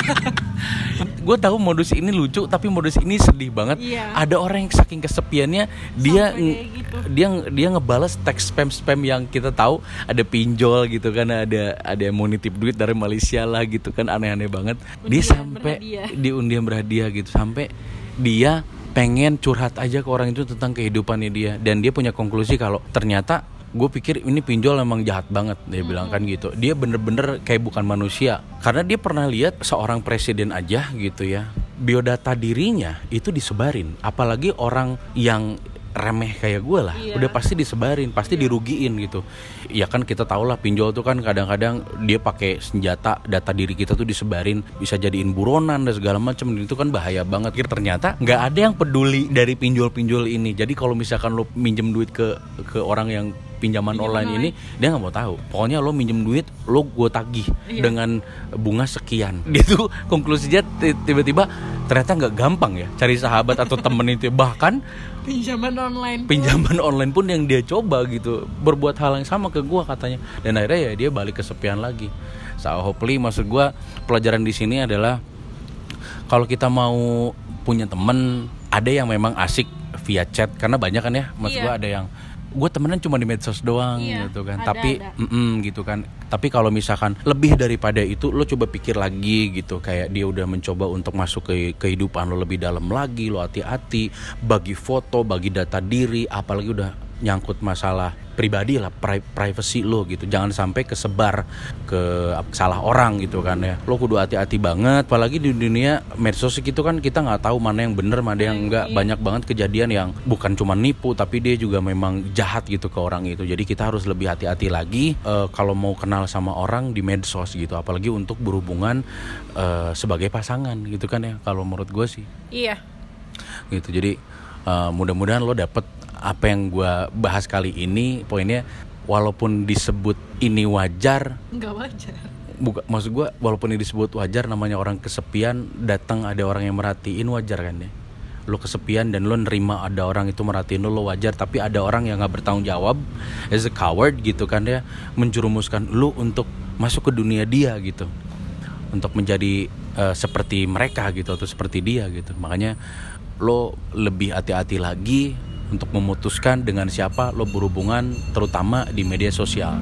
Gue tahu modus ini lucu, tapi modus ini sedih banget. Iya. Ada orang yang saking kesepiannya dia gitu. dia dia ngebales teks spam-spam yang kita tahu ada pinjol gitu kan, ada ada yang mau nitip duit dari Malaysia lah gitu kan, aneh-aneh banget. Undian dia sampai di undian berhadiah gitu, sampai dia pengen curhat aja ke orang itu tentang kehidupannya dia, dan dia punya konklusi kalau ternyata gue pikir ini pinjol emang jahat banget, dia mm-hmm. bilang kan gitu. Dia bener-bener kayak bukan manusia. Karena dia pernah lihat seorang presiden aja gitu ya, biodata dirinya itu disebarin. Apalagi orang yang remeh kayak gue lah, iya. udah pasti disebarin, pasti iya. dirugiin gitu. Ya kan kita tahu lah pinjol tuh kan kadang-kadang dia pakai senjata, data diri kita tuh disebarin, bisa jadiin buronan dan segala macam. Itu kan bahaya banget. Ternyata nggak ada yang peduli dari pinjol-pinjol ini. Jadi kalau misalkan lo minjem duit ke ke orang yang pinjaman Pinjam online online. ini, dia nggak mau tahu. Pokoknya lo minjem duit, lo gue tagih iya. dengan bunga sekian. Gitu konklusinya tiba-tiba ternyata nggak gampang ya cari sahabat atau temen itu. Bahkan pinjaman online pun. pinjaman online pun yang dia coba gitu berbuat hal yang sama ke gue katanya. Dan akhirnya ya dia balik kesepian lagi. So hopefully maksud gue pelajaran di sini adalah kalau kita mau punya temen, ada yang memang asik via chat karena banyak kan ya. Maksud iya. gue ada yang gue temenan cuma di medsos doang iya, gitu kan, ada, tapi ada. gitu kan. Tapi kalau misalkan lebih daripada itu, lo coba pikir lagi gitu, kayak dia udah mencoba untuk masuk ke kehidupan lo lebih dalam lagi, lo hati-hati bagi foto, bagi data diri, apalagi udah nyangkut masalah pribadi lah, pri- privacy lo gitu. Jangan sampai kesebar ke salah orang gitu kan ya. Lo kudu hati-hati banget, apalagi di dunia medsos gitu kan kita nggak tahu mana yang bener, mana yang enggak. Iya. Banyak banget kejadian yang bukan cuma nipu, tapi dia juga memang jahat gitu ke orang itu. Jadi kita harus lebih hati-hati lagi uh, kalau mau kenal sama orang di medsos gitu, apalagi untuk berhubungan uh, sebagai pasangan gitu kan ya. Kalau menurut gue sih. Iya. Gitu. Jadi uh, mudah-mudahan lo dapet apa yang gue bahas kali ini. Poinnya walaupun disebut ini wajar, nggak wajar. Buka, maksud gue walaupun ini disebut wajar, namanya orang kesepian, datang ada orang yang merhatiin, wajar kan ya. Lo kesepian dan lo nerima ada orang itu merhatiin lo, lo wajar. Tapi ada orang yang gak bertanggung jawab, as a coward gitu kan ya, menjerumuskan lo untuk masuk ke dunia dia gitu, untuk menjadi uh, seperti mereka gitu, atau seperti dia gitu. Makanya lo lebih hati-hati lagi untuk memutuskan dengan siapa lo berhubungan, terutama di media sosial.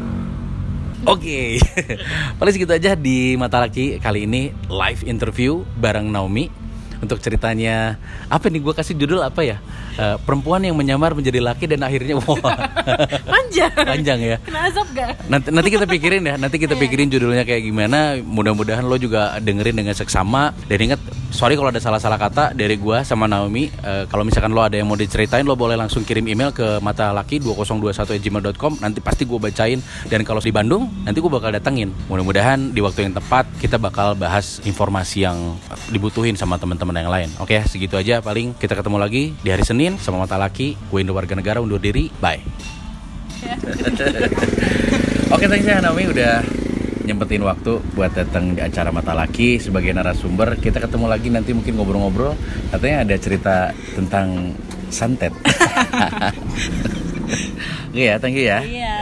Oke, okay. Paling segitu aja di Mata Laki kali ini, live interview bareng Naomi. Untuk ceritanya apa nih, gue kasih judul apa ya, uh, perempuan yang menyamar menjadi laki dan akhirnya wah panjang panjang ya. Kena azab gak? Nanti, nanti kita pikirin ya, nanti kita pikirin judulnya kayak gimana. Mudah-mudahan lo juga dengerin dengan seksama. Dan ingat, sorry kalau ada salah-salah kata dari gue sama Naomi. uh, Kalau misalkan lo ada yang mau diceritain, lo boleh langsung kirim email ke matalaki dua nol dua satu at gmail dot com. Nanti pasti gue bacain. Dan kalau di Bandung, nanti gue bakal datengin. Mudah-mudahan di waktu yang tepat kita bakal bahas informasi yang dibutuhin sama teman-teman yang lain. Oke, segitu aja. Paling kita ketemu lagi di hari Senin sama Mata Laki. Gue Indo Warga Negara undur diri. Bye. Oke, thanks ya Naomi udah nyempetin waktu buat datang di acara Mata Laki sebagai narasumber. Kita ketemu lagi nanti mungkin ngobrol-ngobrol. Katanya ada cerita tentang santet. Iya, thank you ya. Iya.